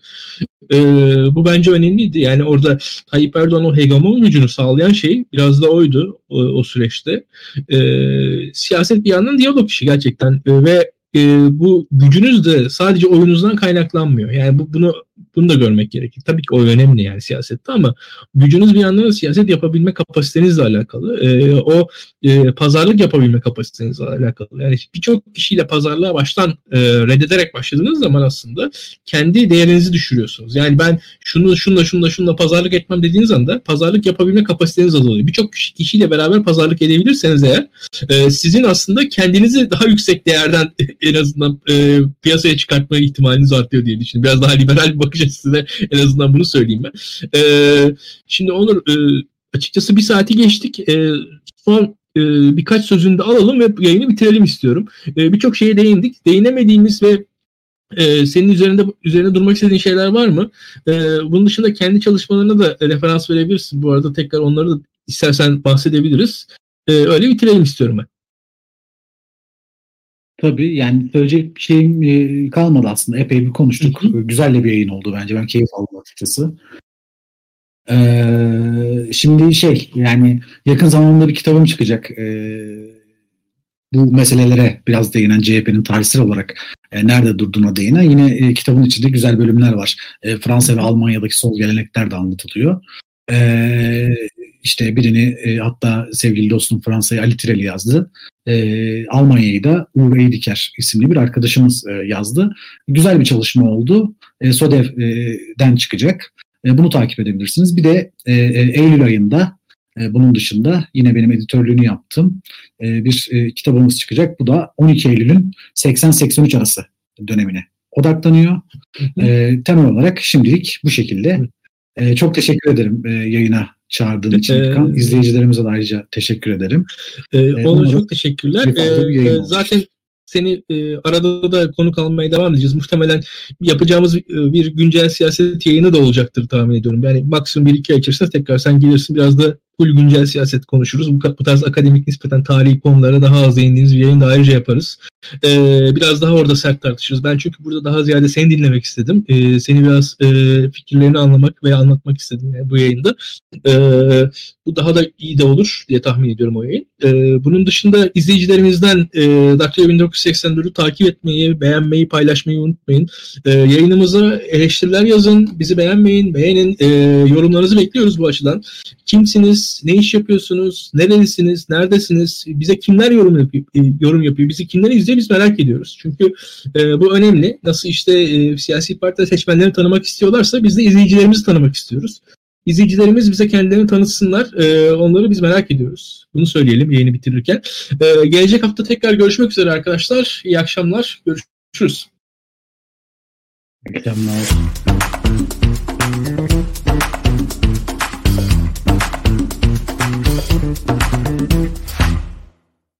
Bu bence önemliydi. Yani orada Tayyip Erdoğan o hegemon gücünü sağlayan şey biraz da oydu o süreçte. Siyaset bir yandan diyalog işi gerçekten ve bu gücünüz de sadece oyunuzdan kaynaklanmıyor. Yani bunu da görmek gerekir. Tabii ki oy önemli yani siyasette, ama gücünüz bir yandan da siyaset yapabilme kapasitenizle alakalı. Pazarlık yapabilme kapasitenizle alakalı. Yani birçok kişiyle pazarlığa baştan reddederek başladığınız zaman aslında kendi değerinizi düşürüyorsunuz. Yani ben şunla pazarlık etmem dediğiniz anda pazarlık yapabilme kapasiteniz azalıyor. Birçok kişiyle beraber pazarlık edebilirseniz eğer sizin aslında kendinizi daha yüksek değerden en azından piyasaya çıkartma ihtimaliniz artıyor diye düşünüyorum. Biraz daha liberal bir bakış açısıyla en azından bunu söyleyeyim ben. Şimdi Onur, açıkçası bir saati geçtik. Son birkaç sözünü de alalım ve yayını bitirelim istiyorum. Birçok şeye değindik. Değinemediğimiz ve senin üzerine durmak istediğin şeyler var mı? Bunun dışında kendi çalışmalarına da referans verebilirsin. Bu arada tekrar onları da istersen bahsedebiliriz. Öyle bitirelim istiyorum ben. Tabii yani söyleyecek bir şeyim kalmadı aslında. Epey bir konuştuk. Güzel de bir yayın oldu bence. Ben keyif aldım açıkçası. Şimdi yani yakın zamanda bir kitabım çıkacak. Bu meselelere biraz değinen, CHP'nin tarihsel olarak nerede durduğuna değinen, yine kitabın içinde güzel bölümler var. Fransa ve Almanya'daki sol gelenekler de anlatılıyor. işte birini hatta sevgili dostum Fransa'ya Ali Tireli yazdı. Almanya'yı da Uğur Eydiker isimli bir arkadaşımız yazdı. Güzel bir çalışma oldu. SODEV'den çıkacak. Bunu takip edebilirsiniz. Bir de Eylül ayında bunun dışında yine benim editörlüğünü yaptığım bir kitabımız çıkacak. Bu da 12 Eylül'ün 80-83 arası dönemine odaklanıyor. Temel olarak şimdilik bu şekilde. Çok teşekkür ederim yayına çağırdığın için İlkan. İzleyicilerimize de ayrıca teşekkür ederim. Ona çok teşekkürler. Zaten seni arada da konuk almaya devam edeceğiz. Muhtemelen yapacağımız bir güncel siyaset yayını da olacaktır tahmin ediyorum. Yani maksimum 1-2 ay içerisinde tekrar sen gelirsin. Biraz da full güncel siyaset konuşuruz. Bu tarz akademik nispeten tarihi konulara daha az değindiğimiz bir yayın da ayrıca yaparız. Biraz daha orada sert tartışırız. Ben çünkü burada daha ziyade seni dinlemek istedim. Seni biraz fikirlerini anlamak veya anlatmak istedim yani bu yayında. Bu daha da iyi de olur diye tahmin ediyorum o yayın. Bunun dışında izleyicilerimizden Daktilo 1984'ü takip etmeyi, beğenmeyi, paylaşmayı unutmayın. Yayınımıza eleştiriler yazın, bizi beğenin, yorumlarınızı bekliyoruz bu açıdan. Kimsiniz, ne iş yapıyorsunuz, nerelisiniz, neredesiniz, bize kimler yorum yapıyor, bizi kimler izliyor biz merak ediyoruz. Çünkü bu önemli. Nasıl işte siyasi partiler seçmenlerini tanımak istiyorlarsa biz de izleyicilerimizi tanımak istiyoruz. İzleyicilerimiz bize kendilerini tanıtsınlar. Onları biz merak ediyoruz. Bunu söyleyelim yayını bitirirken. Gelecek hafta tekrar görüşmek üzere arkadaşlar. İyi akşamlar. Görüşürüz. İyi akşamlar.